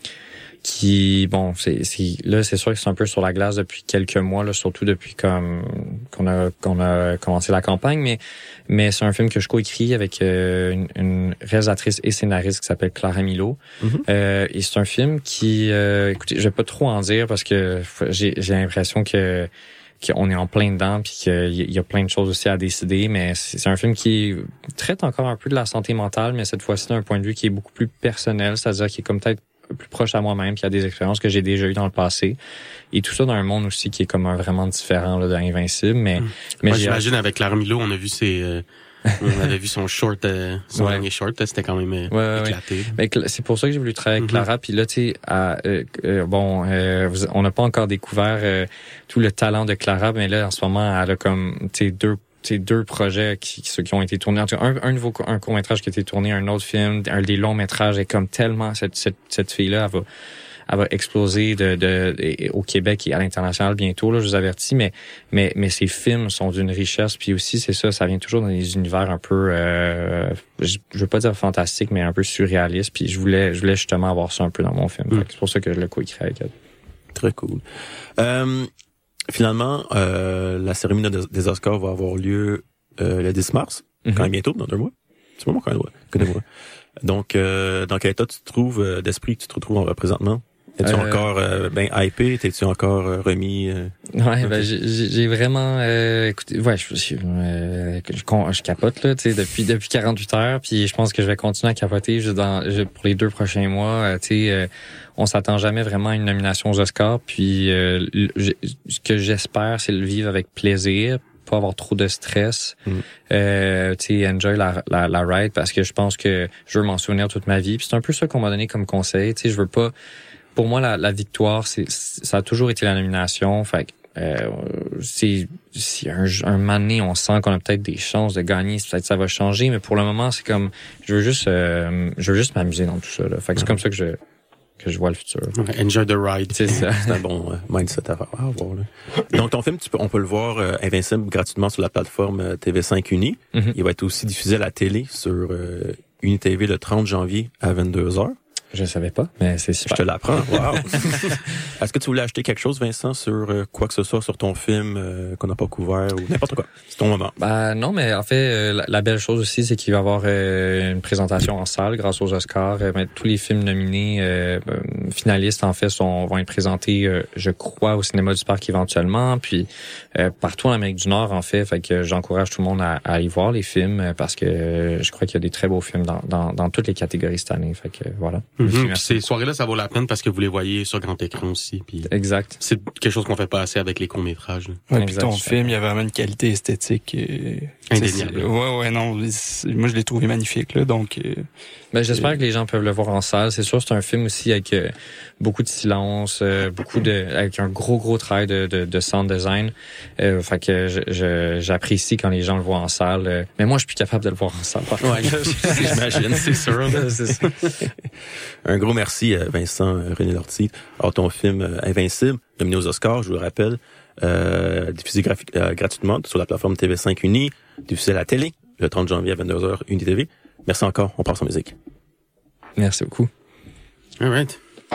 qui, bon, c'est, c'est là, c'est sûr que c'est un peu sur la glace depuis quelques mois, là, surtout depuis comme qu'on a qu'on a commencé la campagne, mais mais c'est un film que je coécris avec euh, une, une réalisatrice et scénariste qui s'appelle Clara Milo. Mm-hmm. Euh, et c'est un film qui, euh, écoutez, je vais pas trop en dire parce que j'ai j'ai l'impression que qu'on est en plein dedans puis qu'il y a plein de choses aussi à décider, mais c'est un film qui traite encore un peu de la santé mentale, mais cette fois-ci d'un point de vue qui est beaucoup plus personnel, c'est-à-dire qui est comme peut-être plus proche à moi-même, puis il y a des expériences que j'ai déjà eues dans le passé. Et tout ça dans un monde aussi qui est comme un vraiment différent là, d'Invincible. Mais, mmh. mais Moi, j'imagine avec Clara Milo, on a vu ses... Euh... on avait vu son short, euh, son ouais. dernier short, c'était quand même euh, ouais, éclaté. Ouais. Mais c'est pour ça que j'ai voulu travailler avec mm-hmm. Clara. Puis là, tu sais, euh, euh, bon, euh, on n'a pas encore découvert euh, tout le talent de Clara, mais là, en ce moment, elle a comme, tu sais, deux c'est deux projets qui, qui, qui ont été tournés. Un, un nouveau un court-métrage qui a été tourné, un autre film, un des longs-métrages. Et comme tellement, cette, cette, cette fille-là, elle va, elle va exploser de, de, de, au Québec et à l'international bientôt, là, je vous avertis. Mais, mais, mais ces films sont d'une richesse. Puis aussi, c'est ça, ça vient toujours dans des univers un peu, euh, je, je veux pas dire fantastique, mais un peu surréaliste. Puis je voulais, je voulais justement avoir ça un peu dans mon film. Mm. C'est pour ça que je l'ai coécrit avec elle. Très cool. Euh, Finalement, euh, la cérémonie des Oscars va avoir lieu euh, le dix mars, mm-hmm. quand même bientôt, dans deux mois. C'est pas moi quand même, connais-moi. Donc, euh, dans quel état tu te trouves euh, d'esprit que tu te retrouves présentement? Es-tu euh... encore euh, ben hypé? T'es-tu encore euh, remis? Euh... Ouais, ben j'ai, j'ai vraiment, euh, écoutez, ouais, je, je, euh, je, je capote là, tu sais, depuis depuis quarante-huit heures, puis je pense que je vais continuer à capoter juste dans je, pour les deux prochains mois. Euh, tu sais, euh, on s'attend jamais vraiment à une nomination aux Oscars, puis euh, je, ce que j'espère, c'est le vivre avec plaisir, pas avoir trop de stress, mm. euh, tu sais, enjoy la, la la ride, parce que je pense que je veux m'en souvenir toute ma vie. Puis c'est un peu ça qu'on m'a donné comme conseil, tu sais, je veux pas. Pour moi, la, la victoire, c'est, ça a toujours été la nomination. Fait que, euh, c'est, si un, un moment donné, on sent qu'on a peut-être des chances de gagner, peut-être ça va changer, mais pour le moment, c'est comme, je veux juste, euh, je veux juste m'amuser dans tout ça, là. Fait que c'est comme ça que je, que je vois le futur. Okay, enjoy the ride. C'est ça. C'est un bon euh, mindset à avoir, là. Donc, ton film, tu peux, on peut le voir, euh, Invincible, gratuitement sur la plateforme euh, T V cinq Uni. Mm-hmm. Il va être aussi diffusé à la télé sur, euh, Uni T V le trente janvier à vingt-deux heures. Je savais pas, mais c'est super. Je te l'apprends. Wow. Est-ce que tu voulais acheter quelque chose, Vincent, sur euh, quoi que ce soit sur ton film euh, qu'on n'a pas couvert ou n'importe quoi? C'est ton moment. Bah non, mais en fait, euh, la, la belle chose aussi, c'est qu'il va y avoir euh, une présentation en salle grâce aux Oscars. Euh, ben, tous les films nominés, euh, euh, finalistes en fait, sont, vont être présentés, euh, je crois, au cinéma du Parc éventuellement, puis euh, partout en Amérique du Nord en fait. Fait que j'encourage tout le monde à, à aller voir les films parce que euh, je crois qu'il y a des très beaux films dans, dans, dans toutes les catégories cette année. Fait que voilà. Mm-hmm. Puis ces soirées-là, ça vaut la peine parce que vous les voyez sur grand écran aussi. Puis exact. C'est quelque chose qu'on fait pas assez avec les courts-métrages. Ouais, puis ton film, il y a vraiment une qualité esthétique. Euh, indéniable. Ouais, ouais, non. Moi, je l'ai trouvé magnifique, là. Donc. Euh, ben, j'espère euh, que les gens peuvent le voir en salle. C'est sûr, c'est un film aussi avec euh, beaucoup de silence, euh, beaucoup de, avec un gros, gros travail de, de, de sound design. Euh, fait que je, je, j'apprécie quand les gens le voient en salle. Euh, mais moi, je suis plus capable de le voir en salle. Par ouais, j'imagine, c'est sûr. C'est ça. Un gros merci à Vincent René Lortie. Alors, ton film Invincible, nominé aux Oscars, je vous le rappelle, euh, diffusé graphique, euh, gratuitement sur la plateforme T V cinq Uni, diffusé à la télé le trente janvier à vingt-deux heures, Uni T V. Merci encore, on passe en musique. Merci beaucoup. All right.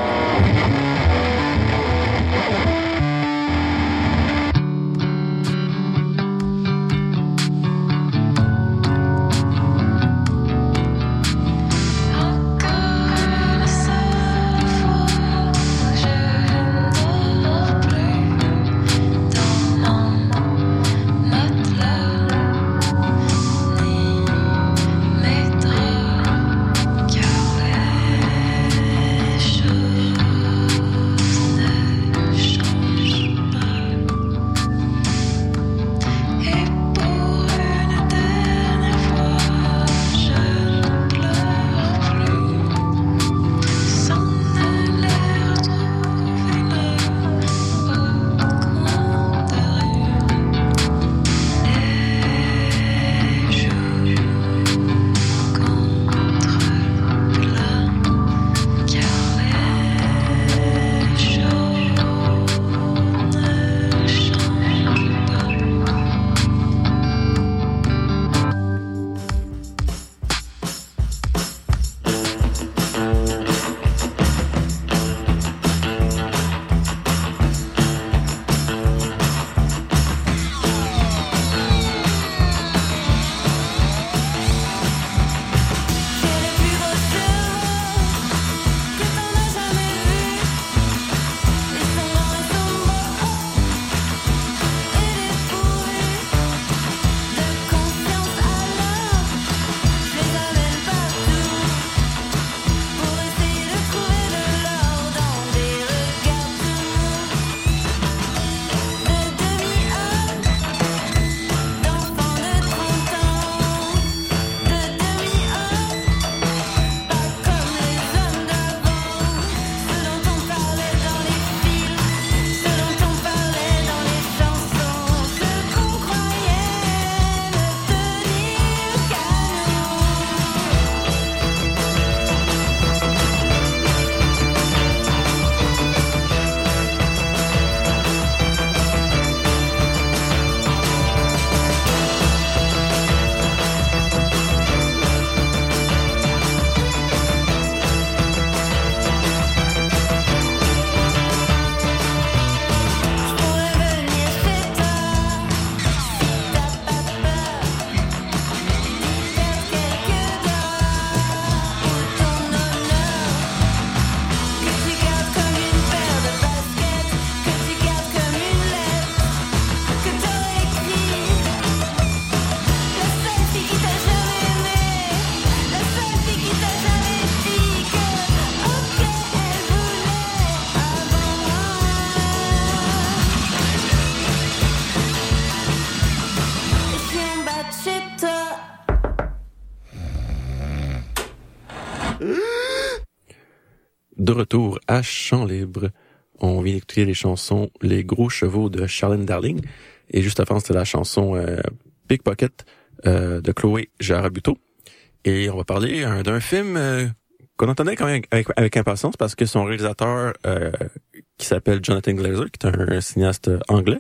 De retour à Chant Libre, on vient d'écouter les chansons Les Gros Chevaux de Charlene Darling. Et juste avant, c'était la chanson euh, Pickpocket euh, de Chloé Jarabuto. Et on va parler euh, d'un film euh, qu'on entendait quand même avec, avec impatience parce que son réalisateur, euh, qui s'appelle Jonathan Glazer, qui est un, un cinéaste anglais,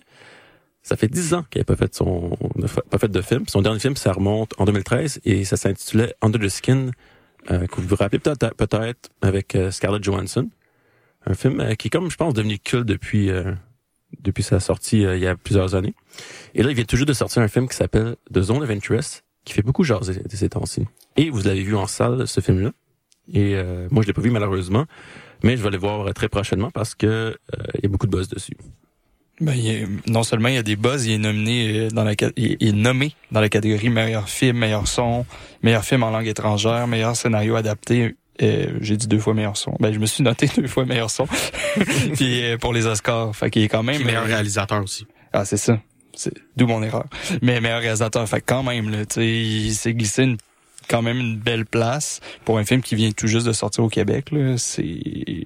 ça fait dix ans qu'il n'a pas fait son pas fait de film. Son dernier film, ça remonte en deux mille treize et ça s'intitulait Under the Skin, euh, que vous vous rappelez peut-être, peut-être avec euh, Scarlett Johansson. Un film euh, qui est comme, je pense, devenu culte depuis euh, depuis sa sortie euh, il y a plusieurs années. Et là, il vient tout juste de sortir un film qui s'appelle The Zone of Interest, qui fait beaucoup jaser ces temps-ci. Et vous l'avez vu en salle, ce film-là. Et euh, moi, je l'ai pas vu malheureusement, mais je vais le voir très prochainement parce que euh, il y a beaucoup de buzz dessus. Ben, il est, non seulement il y a des buzz, il est nominé dans la il est nommé dans la catégorie meilleur film, meilleur son, meilleur film en langue étrangère, meilleur scénario adapté Euh, j'ai dit deux fois meilleur son. Ben, je me suis noté deux fois meilleur son. Puis euh, pour les Oscars. Fait qu'il est quand même... meilleur réalisateur aussi. Ah, c'est ça. C'est d'où mon erreur. Mais meilleur réalisateur. Fait que quand même, là, tu sais, il s'est glissé une, quand même une belle place pour un film qui vient tout juste de sortir au Québec, là. C'est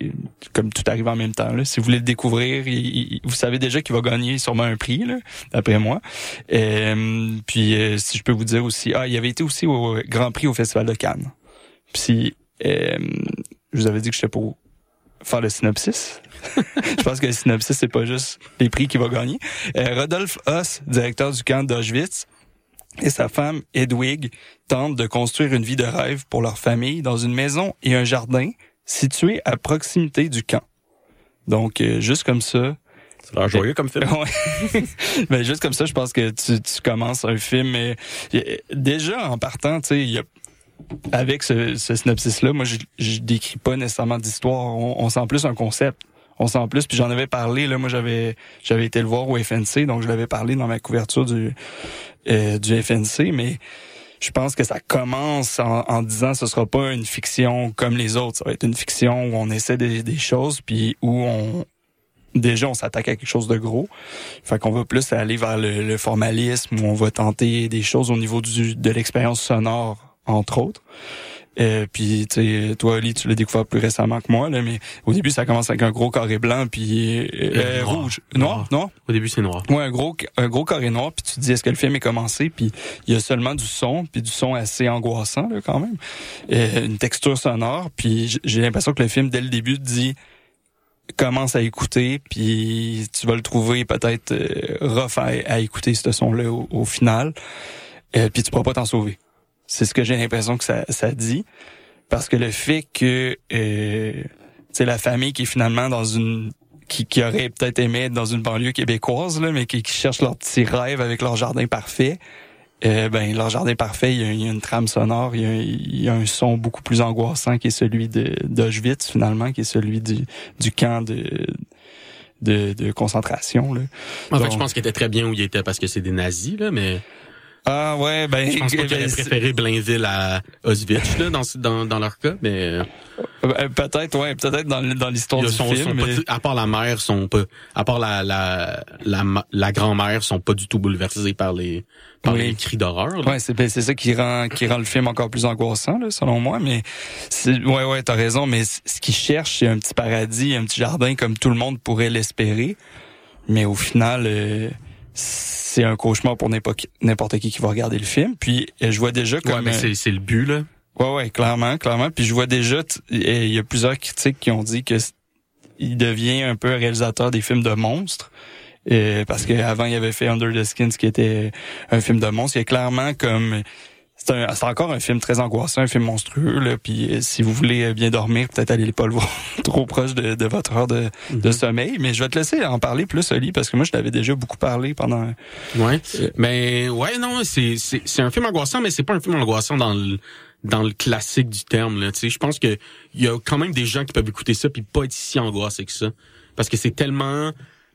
comme tout arrive en même temps, là. Si vous voulez le découvrir, il, il, vous savez déjà qu'il va gagner sûrement un prix, là, d'après moi. Euh, puis, euh, si je peux vous dire aussi, ah, il avait été aussi au Grand Prix au Festival de Cannes. Puis, euh, je vous avais dit que j'étais pour faire le synopsis. Je pense que le synopsis, c'est pas juste les prix qu'il va gagner. Euh, Rodolphe Hoss, directeur du camp d'Auschwitz, et sa femme, Hedwig, tentent de construire une vie de rêve pour leur famille dans une maison et un jardin situés à proximité du camp. Donc, euh, juste comme ça... C'est l'air joyeux comme film. Ouais. Mais juste comme ça, je pense que tu, tu commences un film... Et, et, déjà, en partant, tu sais, il y a avec ce, ce synopsis-là, moi, je, je décris pas nécessairement d'histoire. On, on sent plus un concept. On sent plus. Puis j'en avais parlé. Là, moi, j'avais j'avais été le voir au F N C, donc je l'avais parlé dans ma couverture du euh, du F N C. Mais je pense que ça commence en, en disant, ce sera pas une fiction comme les autres. Ça va être une fiction où on essaie des, des choses, puis où on déjà on s'attaque à quelque chose de gros. Fait qu'on va plus aller vers le, le formalisme, où on va tenter des choses au niveau du de l'expérience sonore, entre autres. Euh, puis tu sais, toi, Ali, tu l'as découvert plus récemment que moi, là, mais au début, ça commence avec un gros carré blanc, puis euh, euh, noir. rouge. Noir, noir, non? Au début, c'est noir. Ouais, un gros, un gros carré noir, puis tu te dis, est-ce que le film est commencé? Puis il y a seulement du son, puis du son assez angoissant, là, quand même. Euh, une texture sonore, puis j'ai l'impression que le film, dès le début, te dit, commence à écouter, puis tu vas le trouver peut-être euh, rough à, à écouter, ce son-là, au, au final. Euh, puis tu pourras pas t'en sauver. C'est ce que j'ai l'impression que ça, ça dit. Parce que le fait que euh, c'est la famille qui est finalement dans une... qui, qui aurait peut-être aimé être dans une banlieue québécoise, là, mais qui, qui cherche leur petit rêve avec leur jardin parfait, euh, ben leur jardin parfait, il y, a, il y a une trame sonore, il y a, il y a un son beaucoup plus angoissant qui est celui de d'Auschwitz, finalement, qui est celui du, du camp de... de, de concentration, là. En Donc, fait, je pense qu'il était très bien où il était parce que c'est des nazis, là, mais... Ah ouais, ben... Je pense pas qu'ils auraient préféré Blainville à Auschwitz, là, dans, dans, dans leur cas, mais... Euh, peut-être, ouais, peut-être dans, dans l'histoire du sont, film, sont mais... pas, à part la mère, sont pas... À part la, la, la, la grand-mère, sont pas du tout bouleversés par les, par oui. les cris d'horreur, là. Ouais, c'est, ben, c'est ça qui rend, qui rend le film encore plus angoissant, là, selon moi, mais c'est, ouais, ouais, t'as raison, mais ce qu'ils cherchent, c'est un petit paradis, un petit jardin comme tout le monde pourrait l'espérer, mais au final, euh, c'est un cauchemar pour n'importe, n'importe qui qui va regarder le film. Puis je vois déjà comme... Ouais, mais c'est, c'est le but, là. Ouais, ouais, clairement, clairement. Puis je vois déjà... Il y a plusieurs critiques qui ont dit que il devient un peu un réalisateur des films de monstres. Euh, parce qu'avant, il avait fait Under the Skin, qui était un film de monstres. Il y a clairement comme... C'est, un, c'est encore un film très angoissant, un film monstrueux. Là, puis euh, si vous voulez bien dormir, peut-être allez pas le voir trop proche de, de votre heure de, mm-hmm. de sommeil. Mais je vais te laisser en parler plus, Oli, parce que moi, je t'avais déjà beaucoup parlé pendant... Ouais, euh... mais ouais, non, c'est, c'est, c'est un film angoissant, mais c'est pas un film angoissant dans le dans le classique du terme. Là, tu sais, je pense que il y a quand même des gens qui peuvent écouter ça puis pas être si angoissés que ça, parce que c'est tellement...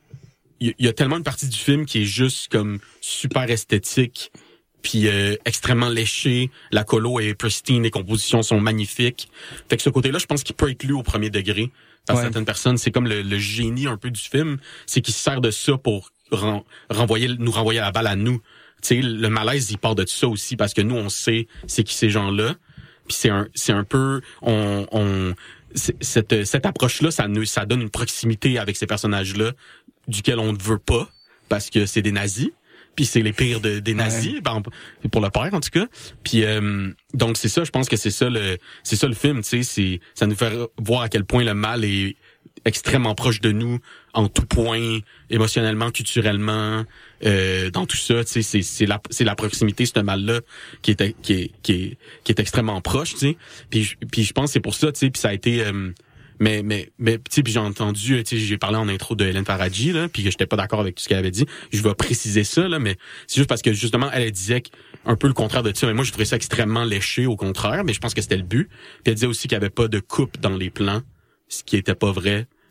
Il y, y a tellement une partie du film qui est juste comme super esthétique, puis euh, extrêmement léché, la colo est pristine, les compositions sont magnifiques. Fait que ce côté-là, je pense qu'il peut être lu au premier degré par ouais. certaines personnes. C'est comme le, le génie un peu du film, c'est qu'il se sert de ça pour ren, renvoyer, nous renvoyer la balle à nous. Tu sais, le malaise, il part de ça aussi parce que nous, on sait c'est qui ces gens-là. Puis c'est un, c'est un peu, on, on, cette, cette approche-là, ça nous, ça donne une proximité avec ces personnages-là duquel on ne veut pas parce que c'est des nazis. Puis c'est les pires de, des nazis, ouais. ben, pour le père en tout cas. Puis euh, donc c'est ça, je pense que c'est ça le, c'est ça le film, tu sais, c'est, ça nous fait voir à quel point le mal est extrêmement proche de nous en tout point, émotionnellement, culturellement, euh, dans tout ça, tu sais, c'est, c'est la, c'est la proximité, ce mal-là qui est, qui est, qui est, qui est extrêmement proche, tu sais. Puis, puis je pense que c'est pour ça, tu sais, puis ça a été. Euh, Mais, mais, mais, tu sais, puis j'ai entendu, tu sais, j'ai parlé en intro de Hélène Faradji, là, puis que j'étais pas d'accord avec tout ce qu'elle avait dit. Je vais préciser ça, là, mais c'est juste parce que, justement, elle, elle disait un peu le contraire de ça. Mais moi, je trouvais ça extrêmement léché, au contraire, mais je pense que c'était le but. Puis elle disait aussi qu'il y avait pas de coupe dans les plans, ce qui était pas vrai.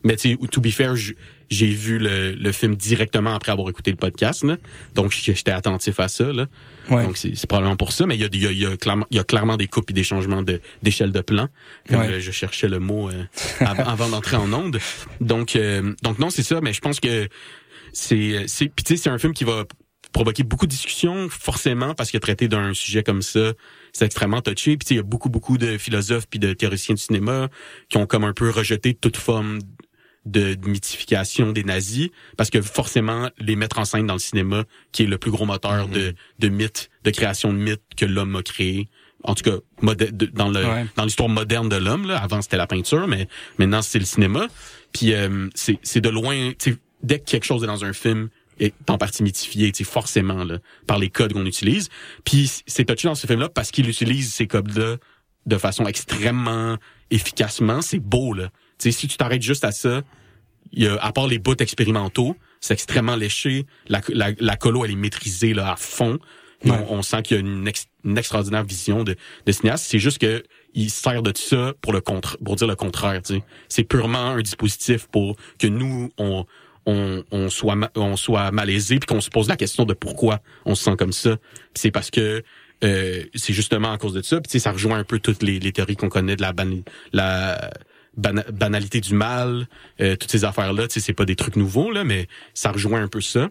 Mais tu sais, to be fair, j'ai vu le, le film directement après avoir écouté le podcast, là. Donc j'étais attentif à ça, là. Ouais. Donc c'est, c'est probablement pour ça, mais il y a, il y a, il y a clairement, il y a clairement des coupes et des changements de, d'échelle de plan. Comme ouais. euh, je cherchais le mot euh, avant, avant d'entrer en onde. Donc, euh, donc non, c'est ça, mais je pense que c'est, c'est, puis tu sais, c'est un film qui va provoquer beaucoup de discussions, forcément, parce que traiter d'un sujet comme ça, c'est extrêmement touché. Puis tu sais, il y a beaucoup, beaucoup de philosophes puis de théoriciens du cinéma qui ont comme un peu rejeté toute forme de, de mythification des nazis, parce que forcément, les mettre en scène dans le cinéma, qui est le plus gros moteur mm-hmm. de, de mythes, de création de mythes que l'homme a créé, en tout cas modè- de, dans le ouais. dans l'histoire moderne de l'homme, là. Avant c'était la peinture, mais maintenant c'est le cinéma. Puis euh, c'est c'est de loin, tu sais, dès que quelque chose est dans un film est en partie mythifié, tu sais, forcément là, par les codes qu'on utilise. Puis c'est touché dans ce film-là parce qu'il utilise ces codes-là de façon extrêmement efficacement. C'est beau, là. Tu sais, si tu t'arrêtes juste à ça, il y a, à part les bouts expérimentaux, c'est extrêmement léché. La, la, la colo, elle est maîtrisée là à fond. Ouais. On, on sent qu'il y a une, ex, une extraordinaire vision de, de cinéaste. C'est juste que il sert de ça pour le contre, pour dire le contraire. Tu sais, c'est purement un dispositif pour que nous on on, on soit on soit malaisé puis qu'on se pose la question de pourquoi on se sent comme ça. Puis c'est parce que euh, c'est justement à cause de ça. Puis tu sais, ça rejoint un peu toutes les, les théories qu'on connaît de la ban, la Bana- banalité du mal, euh, toutes ces affaires-là, tu sais, c'est pas des trucs nouveaux, là, mais ça rejoint un peu ça.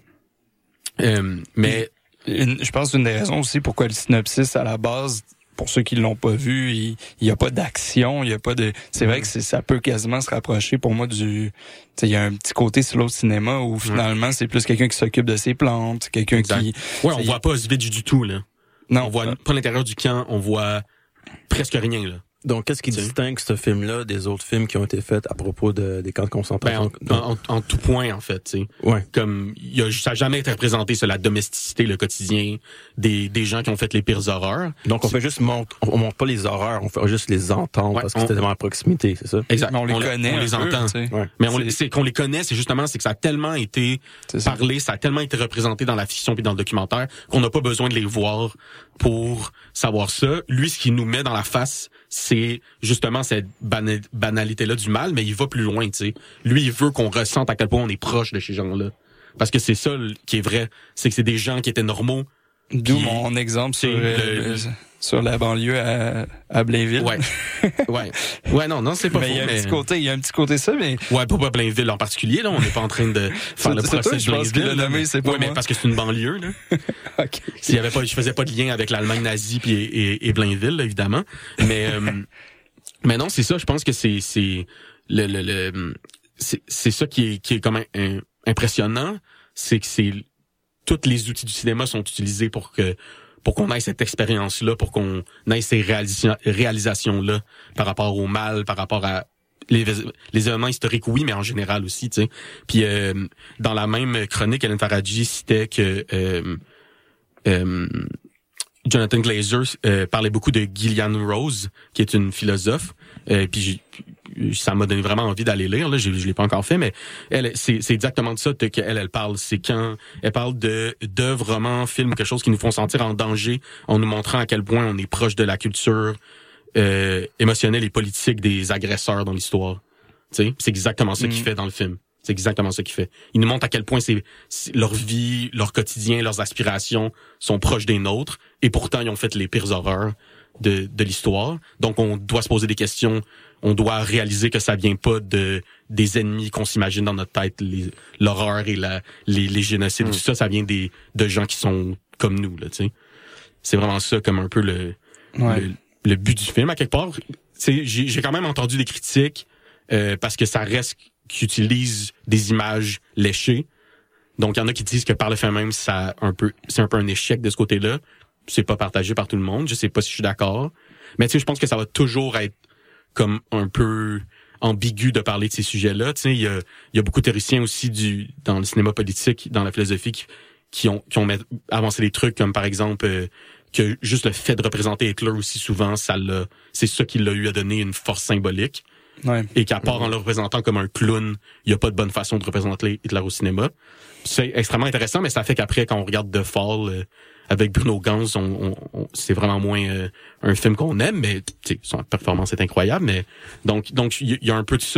Euh, mais une, je pense une des raisons aussi pourquoi le synopsis à la base, pour ceux qui l'ont pas vu, il, il y a pas d'action, il y a pas de. C'est vrai que c'est, ça peut quasiment se rapprocher pour moi du. Tu sais, il y a un petit côté slow cinéma où finalement c'est plus quelqu'un qui s'occupe de ses plantes, quelqu'un exact. qui. Ouais, on il... voit pas Oswich du tout là. Non, on voit pas l'intérieur du camp, on voit presque rien là. Donc, qu'est-ce qui T'sais. distingue ce film-là des autres films qui ont été faits à propos de, des camps de concentration? Ben, en, en, en tout point, en fait, tu sais. Ouais. Comme, y a, ça n'a jamais été représenté sur la domesticité, le quotidien des, des gens qui ont fait les pires horreurs. Donc, on fait juste montre, on montre pas les horreurs, on fait juste les entendre ouais, parce que on, c'était tellement à proximité, c'est ça? Exact. Mais on les on connaît. On les peu, entend. Ouais. Mais on, c'est... c'est qu'on les connaît, c'est justement, c'est que ça a tellement été parlé, ça. ça a tellement été représenté dans la fiction puis dans le documentaire qu'on n'a pas besoin de les voir pour savoir ça. Lui, ce qu'il nous met dans la face, c'est justement cette bana- banalité-là du mal, mais il va plus loin, tu sais. Lui, il veut qu'on ressente à quel point on est proche de ces gens-là. Parce que c'est ça qui est vrai, c'est que c'est des gens qui étaient normaux. D'où qui... mon exemple sur, le, le, sur la banlieue à, à Blainville. Ouais. ouais. Ouais, non, non, c'est pas mais faux. Il y a un mais... petit côté, il y a un petit côté ça, mais. Ouais, pas, pas Blainville en particulier, là. On n'est pas en train de faire le procès toi, de Blainville. Là, mais c'est pas ouais, moi. mais parce que c'est une banlieue, là. OK. S'il y avait pas, je faisais pas de lien avec l'Allemagne nazie puis et, et, et Blainville, là, évidemment. Mais, euh, mais non, c'est ça, je pense que c'est, c'est, le, le, le, c'est, c'est ça qui est, qui est comme un, un, impressionnant. C'est que c'est, tous les outils du cinéma sont utilisés pour que, pour qu'on ait cette expérience-là, pour qu'on ait ces réalisa- réalisations-là par rapport au mal, par rapport à les, les événements historiques, oui, mais en général aussi, tu sais. Puis euh, dans la même chronique, Hélène Faradji citait que euh, euh, Jonathan Glazer euh, parlait beaucoup de Gillian Rose, qui est une philosophe. Euh, puis ça m'a donné vraiment envie d'aller lire. Là, je, je l'ai pas encore fait, mais elle, c'est, c'est exactement de ça qu'elle elle parle. C'est quand elle parle de d'œuvres, romans, films, quelque chose qui nous font sentir en danger, en nous montrant à quel point on est proche de la culture euh, émotionnelle et politique des agresseurs dans l'histoire. Tu sais, c'est exactement ça mmh. qu'il fait dans le film. C'est exactement ça qu'il fait. Il nous montre à quel point c'est, c'est leur vie, leur quotidien, leurs aspirations sont proches des nôtres, et pourtant ils ont fait les pires horreurs de, de l'histoire. Donc on doit se poser des questions. On doit réaliser que ça vient pas de des ennemis qu'on s'imagine dans notre tête, les, l'horreur et la les, les génocides. Mmh. Tout ça, ça vient des de gens qui sont comme nous là. Tu sais, c'est vraiment ça comme un peu le ouais. le, le but du film à quelque part. C'est j'ai, j'ai quand même entendu des critiques euh, parce que ça reste qui utilisent des images léchées. Donc, il y en a qui disent que par le fait même, ça un peu, c'est un peu un échec de ce côté-là. C'est pas partagé par tout le monde. Je sais pas si je suis d'accord. Mais tu sais, je pense que ça va toujours être comme un peu ambigu de parler de ces sujets-là. Tu sais, il y a, il y a beaucoup de théoriciens aussi du, dans le cinéma politique, dans la philosophie, qui, qui ont, qui ont met, avancé des trucs comme par exemple, euh, que juste le fait de représenter Hitler aussi souvent, ça l'a, c'est ça qui l'a eu à donner une force symbolique. Ouais. Et qu'à part en le représentant comme un clown, il y a pas de bonne façon de représenter Hitler au cinéma. C'est extrêmement intéressant, mais ça fait qu'après, quand on regarde The Fall euh, avec Bruno Ganz, on, on, on, c'est vraiment moins euh, un film qu'on aime, mais son performance est incroyable. Mais donc, donc il y, y a un peu de ça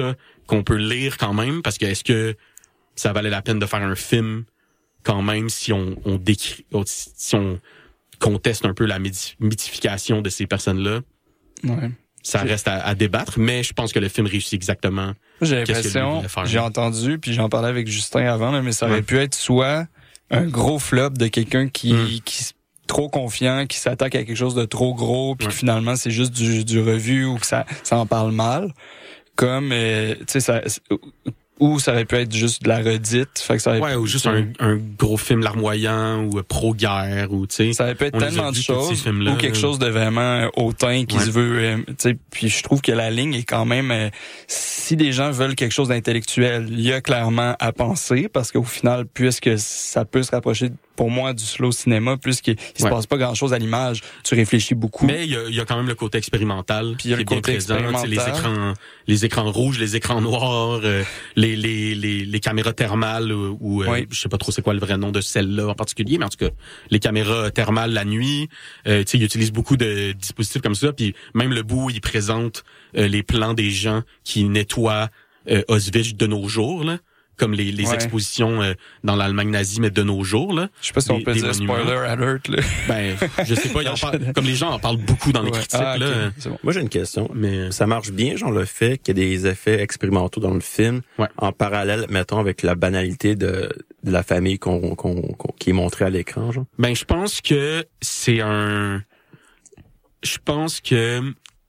qu'on peut lire quand même, parce que est-ce que ça valait la peine de faire un film quand même si on, on décrit, si on conteste un peu la mythification de ces personnes-là? Ouais. Ça reste à, à débattre, mais je pense que le film réussit exactement. J'ai l'impression, j'ai entendu, puis j'en parlais avec Justin avant, là, mais ça aurait ouais. pu être soit un gros flop de quelqu'un qui, mm. qui est trop confiant, qui s'attaque à quelque chose de trop gros, puis ouais. que finalement c'est juste du, du revu ou que ça, ça en parle mal. Comme, euh, tu sais, ça... Ou ça aurait pu être juste de la redite. Fait que ça aurait ouais, pu, ou juste un, un gros film larmoyant ou pro-guerre ou tu sais. Ça aurait pu être tellement de choses ou quelque chose de vraiment hautain qui ouais. se veut. Euh, tu sais, puis je trouve que la ligne est quand même. Euh, si des gens veulent quelque chose d'intellectuel, il y a clairement à penser parce qu'au final, puisque ça peut se rapprocher pour moi du slow cinéma, puisqu'il il ouais. se passe pas grand-chose à l'image, tu réfléchis beaucoup. Mais il y a, il y a quand même le côté expérimental puis il y a le côté expérimental. Les écrans, les écrans rouges, les écrans noirs, euh, les, les les les caméras thermales ou, ou euh, oui. je sais pas trop c'est quoi le vrai nom de celle-là en particulier, mais en tout cas les caméras thermales la nuit. Euh, tu sais, ils utilisent beaucoup de dispositifs comme ça. Puis même le bout, ils présentent euh, les plans des gens qui nettoient euh, Auschwitz de nos jours là. Comme les, les ouais. expositions euh, dans l'Allemagne nazie, mais de nos jours, là. Je sais pas si on peut dire monuments. Spoiler alert, là. Ben, je sais pas, ils en parlent, comme les gens en parlent beaucoup dans les ouais. critiques, ah, là. Okay. Bon. Moi, j'ai une question. Mais ça marche bien, genre, le fait qu'il y ait des effets expérimentaux dans le film, ouais. en parallèle, mettons, avec la banalité de, de la famille qu'on, qu'on, qu'on, qui est montrée à l'écran, genre? Ben, je pense que c'est un, je pense que,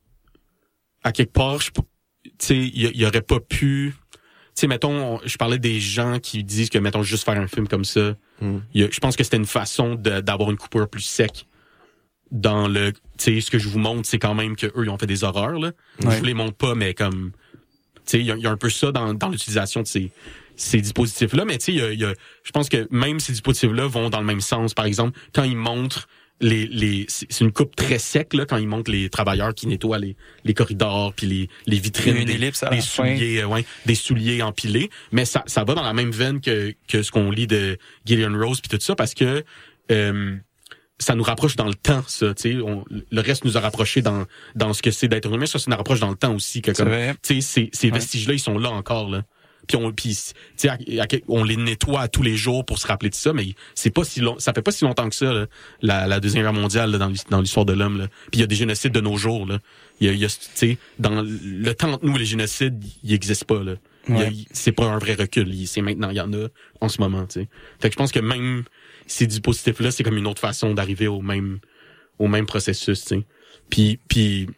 à quelque part, je, tu sais, il y, y aurait pas pu, tu sais, mettons, je parlais des gens qui disent que, mettons, juste faire un film comme ça, mm. y a, je pense que c'était une façon de, d'avoir une coupure plus sec dans le... Tu sais, ce que je vous montre, c'est quand même que eux ils ont fait des horreurs, là. Ouais. Je vous les montre pas, mais comme... Tu sais, il y, y a un peu ça dans, dans l'utilisation de ces, ces dispositifs-là, mais tu sais, il y a, y a, je pense que même ces dispositifs-là vont dans le même sens. Par exemple, quand ils montrent les les c'est une coupe très sec là quand ils montrent les travailleurs qui nettoient les les corridors puis les les vitrines des, des souliers euh, ouais des souliers empilés, mais ça ça va dans la même veine que que ce qu'on lit de Gillian Rose puis tout ça, parce que euh, ça nous rapproche dans le temps, ça, tu sais, le reste nous a rapproché dans dans ce que c'est d'être humain, ça ça nous rapproche dans le temps aussi, que comme tu sais ces ces ouais. vestiges là ils sont là encore là. Puis on puis tu sais on les nettoie à tous les jours pour se rappeler de ça, mais c'est pas si long, ça fait pas si longtemps que ça là, la, la deuxième guerre mondiale là, dans dans l'histoire de l'homme là. Puis il y a des génocides de nos jours là. Il y a, il y a tu sais dans le temps entre nous les génocides, ils existent pas là. Ouais. Il y a, c'est pas un vrai recul, c'est maintenant il y en a en ce moment, tu sais. Fait que je pense que même ces dispositifs là, c'est comme une autre façon d'arriver au même au même processus, tu sais. Puis puis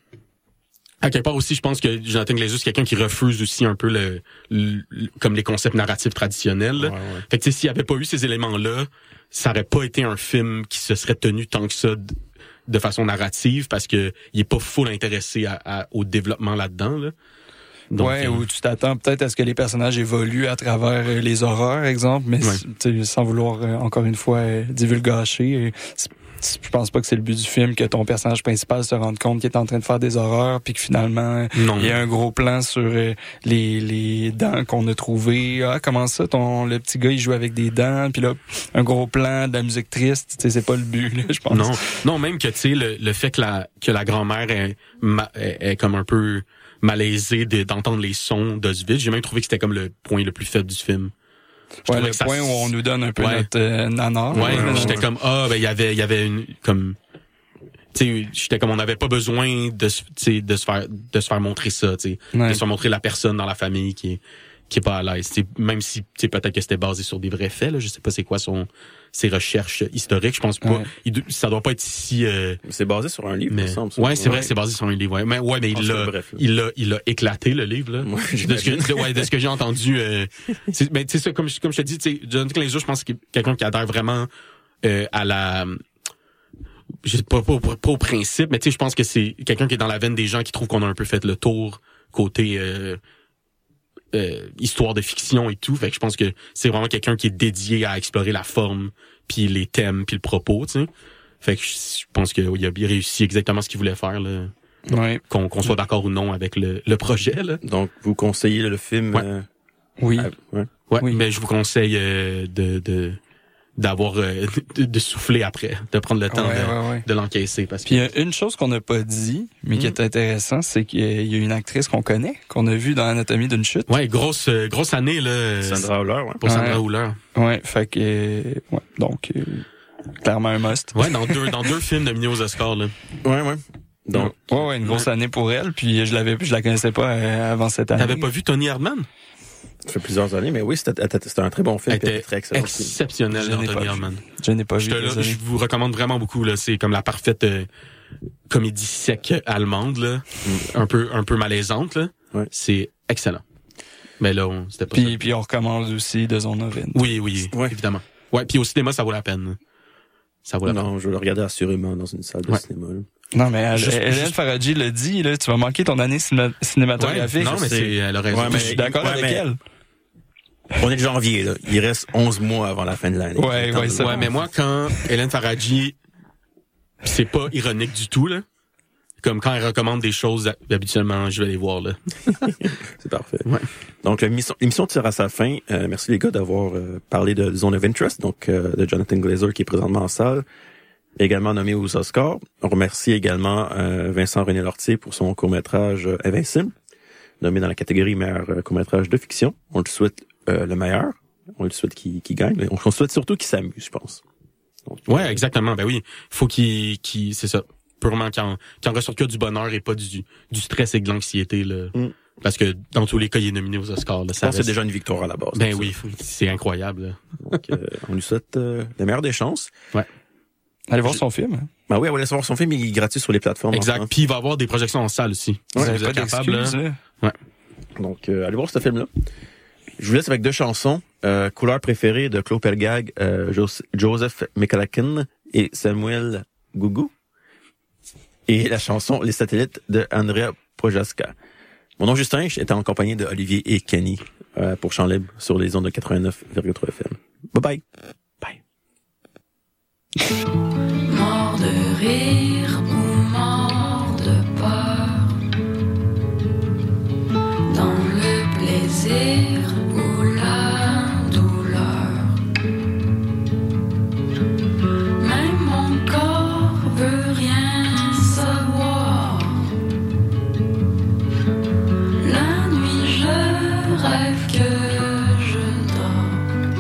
à quelque part aussi, je pense que Jonathan Glazer, c'est quelqu'un qui refuse aussi un peu le, le, le comme les concepts narratifs traditionnels. Ouais, ouais. Fait que tu sais, s'il n'y avait pas eu ces éléments-là, ça aurait pas été un film qui se serait tenu tant que ça de, de façon narrative, parce que il est pas full intéressé à, à, au développement là-dedans. Là. Donc, ouais, euh, ou tu t'attends peut-être à ce que les personnages évoluent à travers euh, les horreurs, exemple, mais ouais. sans vouloir euh, encore une fois euh, divulgacher. Je pense pas que c'est le but du film que ton personnage principal se rende compte qu'il est en train de faire des horreurs, puis que finalement non. il y a un gros plan sur euh, les les dents qu'on a trouvées. Ah, comment ça, ton le petit gars il joue avec des dents, puis là un gros plan de la musique triste. Tu sais, c'est pas le but, là, je pense. Non, non, même que tu sais le, le fait que la que la grand-mère est, est, est comme un peu malaisée de, d'entendre les sons d'Auschwitz. J'ai même trouvé que c'était comme le point le plus faible du film. Je ouais, le point ça... où on nous donne un peu ouais. notre euh, nanar. Ouais, ouais, j'étais ouais. comme ah ben il y avait il y avait une comme tu sais j'étais comme on n'avait pas besoin de tu sais de se faire de se faire montrer ça, tu sais, ouais. de se faire montrer la personne dans la famille qui est qui est pas à l'aise, t'sais, même si tu sais peut-être que c'était basé sur des vrais faits là, je sais pas c'est quoi son ses recherches historiques, je pense pas ouais. il, ça doit pas être si euh, c'est basé sur un livre, mais, il me semble. Ouais, c'est ouais. vrai, c'est basé sur un livre. Ouais, mais ouais, mais il l'a il l'a il l'a éclaté le livre là. Ouais, de ce que de, ouais, de ce que j'ai entendu euh, c'est ben tu sais ça comme comme je te dis, tu sais Jonathan Glazer, je pense que quelqu'un qui adhère vraiment euh, à la je sais pas, pas, pas, pas au principe, mais tu sais je pense que c'est quelqu'un qui est dans la veine des gens qui trouvent qu'on a un peu fait le tour côté euh, Euh, histoire de fiction et tout, fait que je pense que c'est vraiment quelqu'un qui est dédié à explorer la forme puis les thèmes puis le propos, tu sais. Fait que je pense qu'il a bien réussi exactement ce qu'il voulait faire là. Ouais. Qu'on, qu'on soit d'accord ou non avec le, le projet là. Donc vous conseillez le film ouais. euh, Oui. à, ouais. Ouais, oui. mais je vous conseille euh, de de d'avoir euh, de, de souffler après, de prendre le temps ouais, de, ouais, ouais. de l'encaisser. Parce que... Puis il y a une chose qu'on n'a pas dit, mais mm. qui est intéressant, c'est qu'il y a une actrice qu'on connaît, qu'on a vue dans Anatomie d'une chute. Ouais, grosse euh, grosse année là. Sandra Hüller, ouais. Pour ouais. Sandra Hüller. Ouais, fait que euh, ouais, donc euh, clairement un must. Ouais, dans deux dans deux films nominés aux Oscars là. Ouais, ouais. Donc ouais, ouais, une grosse ouais. année pour elle, puis je l'avais je la connaissais pas euh, avant cette année. T'avais pas vu Tony Erdmann? Ça fait plusieurs années, mais oui, c'était, c'était un très bon film. C'était très excellent. Exceptionnel, Tony Erdmann. Je n'ai pas vu. Je, là, je vous recommande vraiment beaucoup. Là, c'est comme la parfaite euh, comédie sec allemande, là, mm. un peu un peu malaisante. Là. Ouais. C'est excellent. Mais là, on, c'était pas. Puis ça. puis on recommande aussi The Zone of Interest. Oui, oui, ouais. évidemment. Ouais, puis au cinéma, ça vaut la peine. Ça vaut la non, peine. Non, je vais le regarder assurément dans une salle de ouais. cinéma. Là. Non, mais juste, Hélène juste... Faradji l'a dit, là, tu vas manquer ton année cinéma- cinématographique. Ouais, non, mais c'est, elle a raison. Ouais, mais, je suis d'accord ouais, avec mais... elle. On est de janvier, là. Il reste onze mois avant la fin de l'année. Ouais, ouais, ça. Ouais, mais moi, quand Hélène Faradji, c'est pas ironique du tout, là. Comme quand elle recommande des choses, habituellement, je vais les voir, là. C'est parfait. Ouais. Donc, l'émission, l'émission tire à sa fin. Euh, merci les gars d'avoir euh, parlé de Zone of Interest, donc euh, de Jonathan Glazer qui est présentement en salle, également nommé aux Oscars. On remercie également euh, Vincent René Lortier pour son court-métrage euh, Invincible, nommé dans la catégorie meilleur euh, court-métrage de fiction. On le souhaite euh, le meilleur. On le souhaite qu'il, qu'il gagne. Mais on le souhaite surtout qu'il s'amuse, je pense. Donc, ouais, euh, exactement. Ben oui, faut qu'il, qu'il c'est ça, purement qu'il en, qu'il en ressorte que du bonheur et pas du, du stress et de l'anxiété là. Mm. Parce que dans tous les cas, il est nominé aux Oscars. Là, je ça pense reste... que c'est déjà une victoire à la base. Ben oui, c'est incroyable. Là. Donc, euh, on lui souhaite euh, la meilleure des chances. Ouais. Allez voir son film. Hein. Ben oui, allez voir son film, il est gratuit sur les plateformes. Exact. Puis il va y avoir des projections en salle aussi. Ouais, si vous êtes capable. Là. Là. Ouais. Donc, euh, allez voir ce film-là. Je vous laisse avec deux chansons. Euh, Couleur préférée de Claude Pelgag, euh, Jos- Joseph McCracken et Samuel Gougou. Et la chanson Les Satellites de Andrea Projaska. Mon nom est Justin, j'étais en compagnie de Olivier et Kenny euh, pour Chant Libre sur les ondes de quatre-vingt-neuf virgule trois F M. Bye bye. Bye. Mort de rire ou mort de peur, dans le plaisir ou la douleur, même mon corps veut rien savoir. La nuit je rêve que je dors.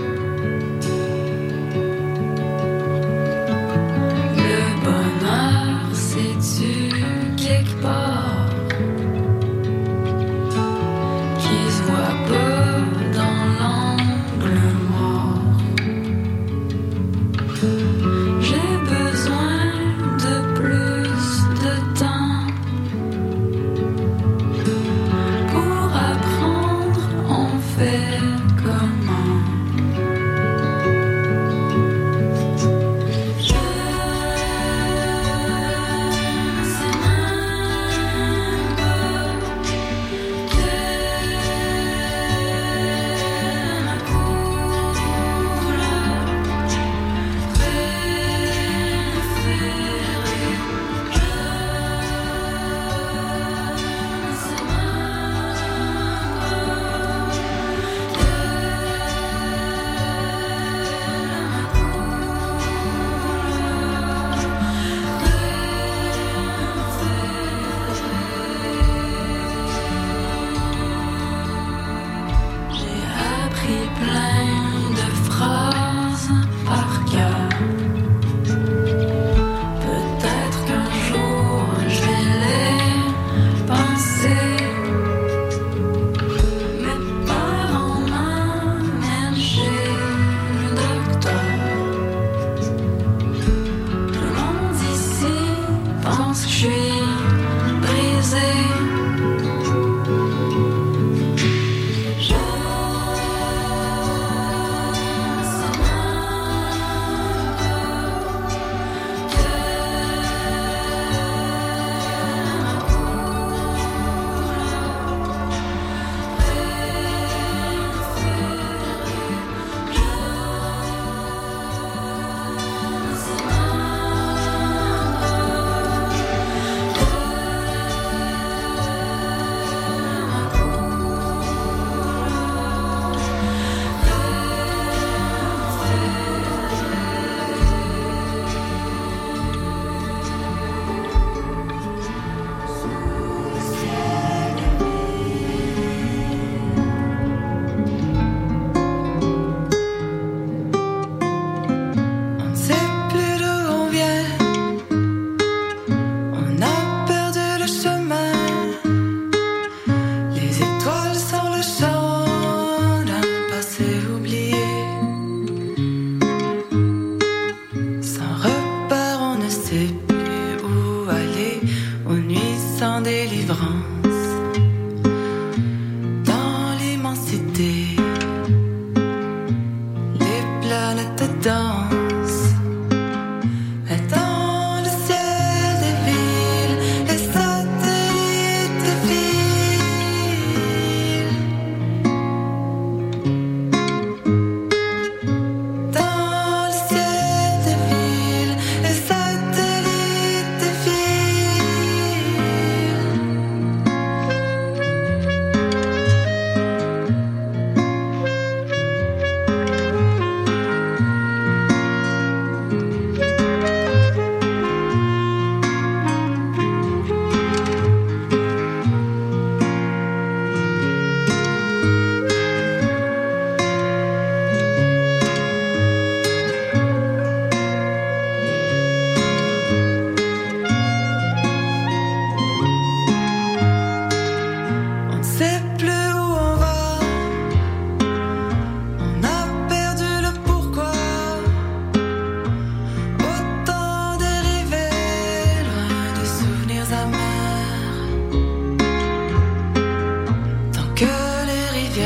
Le bonheur c'est-tu quelque part qui se voit pas dans l'angle mort. J'ai besoin de plus de temps pour apprendre, on fait comment. Je ne sais même pas quelle est ma couleur préférée. Je ne sais même pas quelle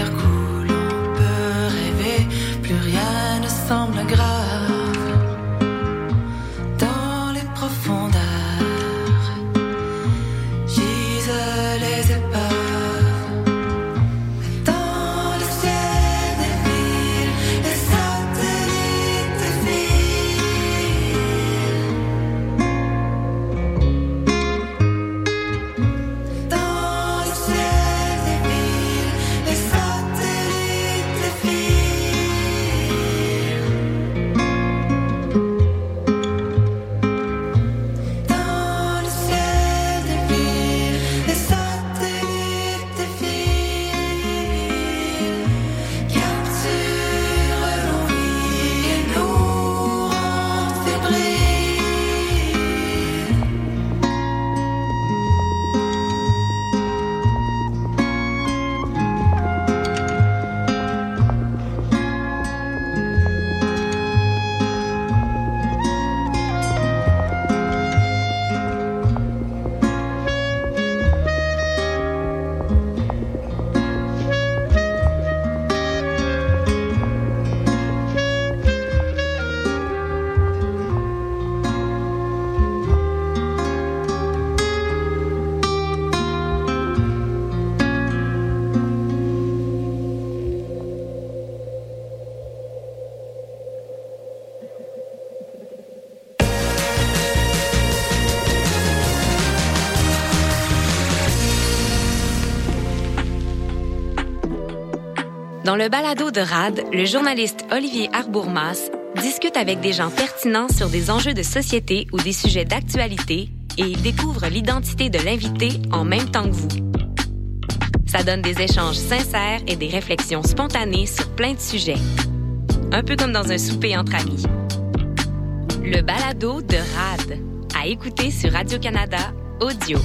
l'air coule, on peut rêver, plus rien ne semble grave. Dans les profondeurs, gisent les épaves. Dans le ciel des villes, les satellites défilent. Dans le ciel des villes, les satellites défilent. Dans le ciel des villes, les satellites défilent. Capturent nos vies et nous rendent fébriles. Dans le balado de R A D, le journaliste Olivier Arbourmas discute avec des gens pertinents sur des enjeux de société ou des sujets d'actualité et il découvre l'identité de l'invité en même temps que vous. Ça donne des échanges sincères et des réflexions spontanées sur plein de sujets. Un peu comme dans un souper entre amis. Le balado de R A D, à écouter sur Radio-Canada Audio.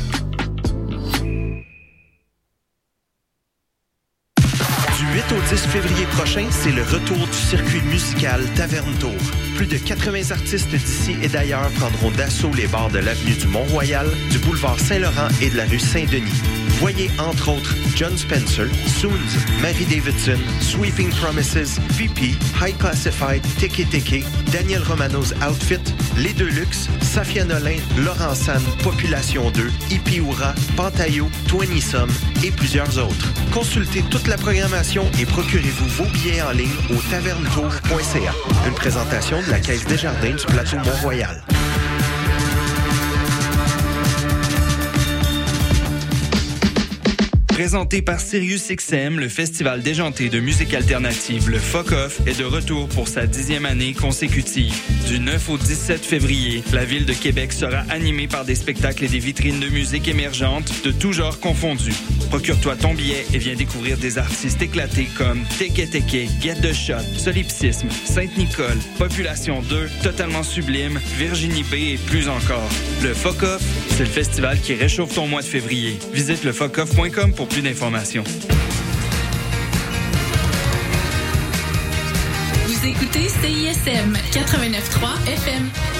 Du huit au dix février prochain, c'est le retour du circuit musical Taverne Tour. Plus de quatre-vingts artistes d'ici et d'ailleurs prendront d'assaut les bars de l'avenue du Mont-Royal, du boulevard Saint-Laurent et de la rue Saint-Denis. Voyez entre autres John Spencer, Soons, Mary Davidson, Sweeping Promises, V P, High Classified, Teke Teke, Daniel Romano's Outfit, Les Deluxe, Safia Nolin, Laurent San, Population deux, Ipiura, Pantayo, Twenty Some et plusieurs autres. Consultez toute la programmation et procurez-vous vos billets en ligne au tavernetour point c a. Une présentation de la Caisse Desjardins du plateau Mont-Royal. Présenté par SiriusXM, le festival déjanté de musique alternative, le Fuck Off, est de retour pour sa dixième année consécutive. Du neuf au dix-sept février, la ville de Québec sera animée par des spectacles et des vitrines de musique émergentes, de tous genres confondus. Procure-toi ton billet et viens découvrir des artistes éclatés comme Teke Teke, Get the Shot, Solipsisme, Sainte-Nicole, Population deux, Totalement Sublime, Virginie B et plus encore. Le Fuck Off, c'est le festival qui réchauffe ton mois de février. Visite le fuck off point com pour plus d'informations. Vous écoutez C I S M quatre-vingt-neuf point trois F M.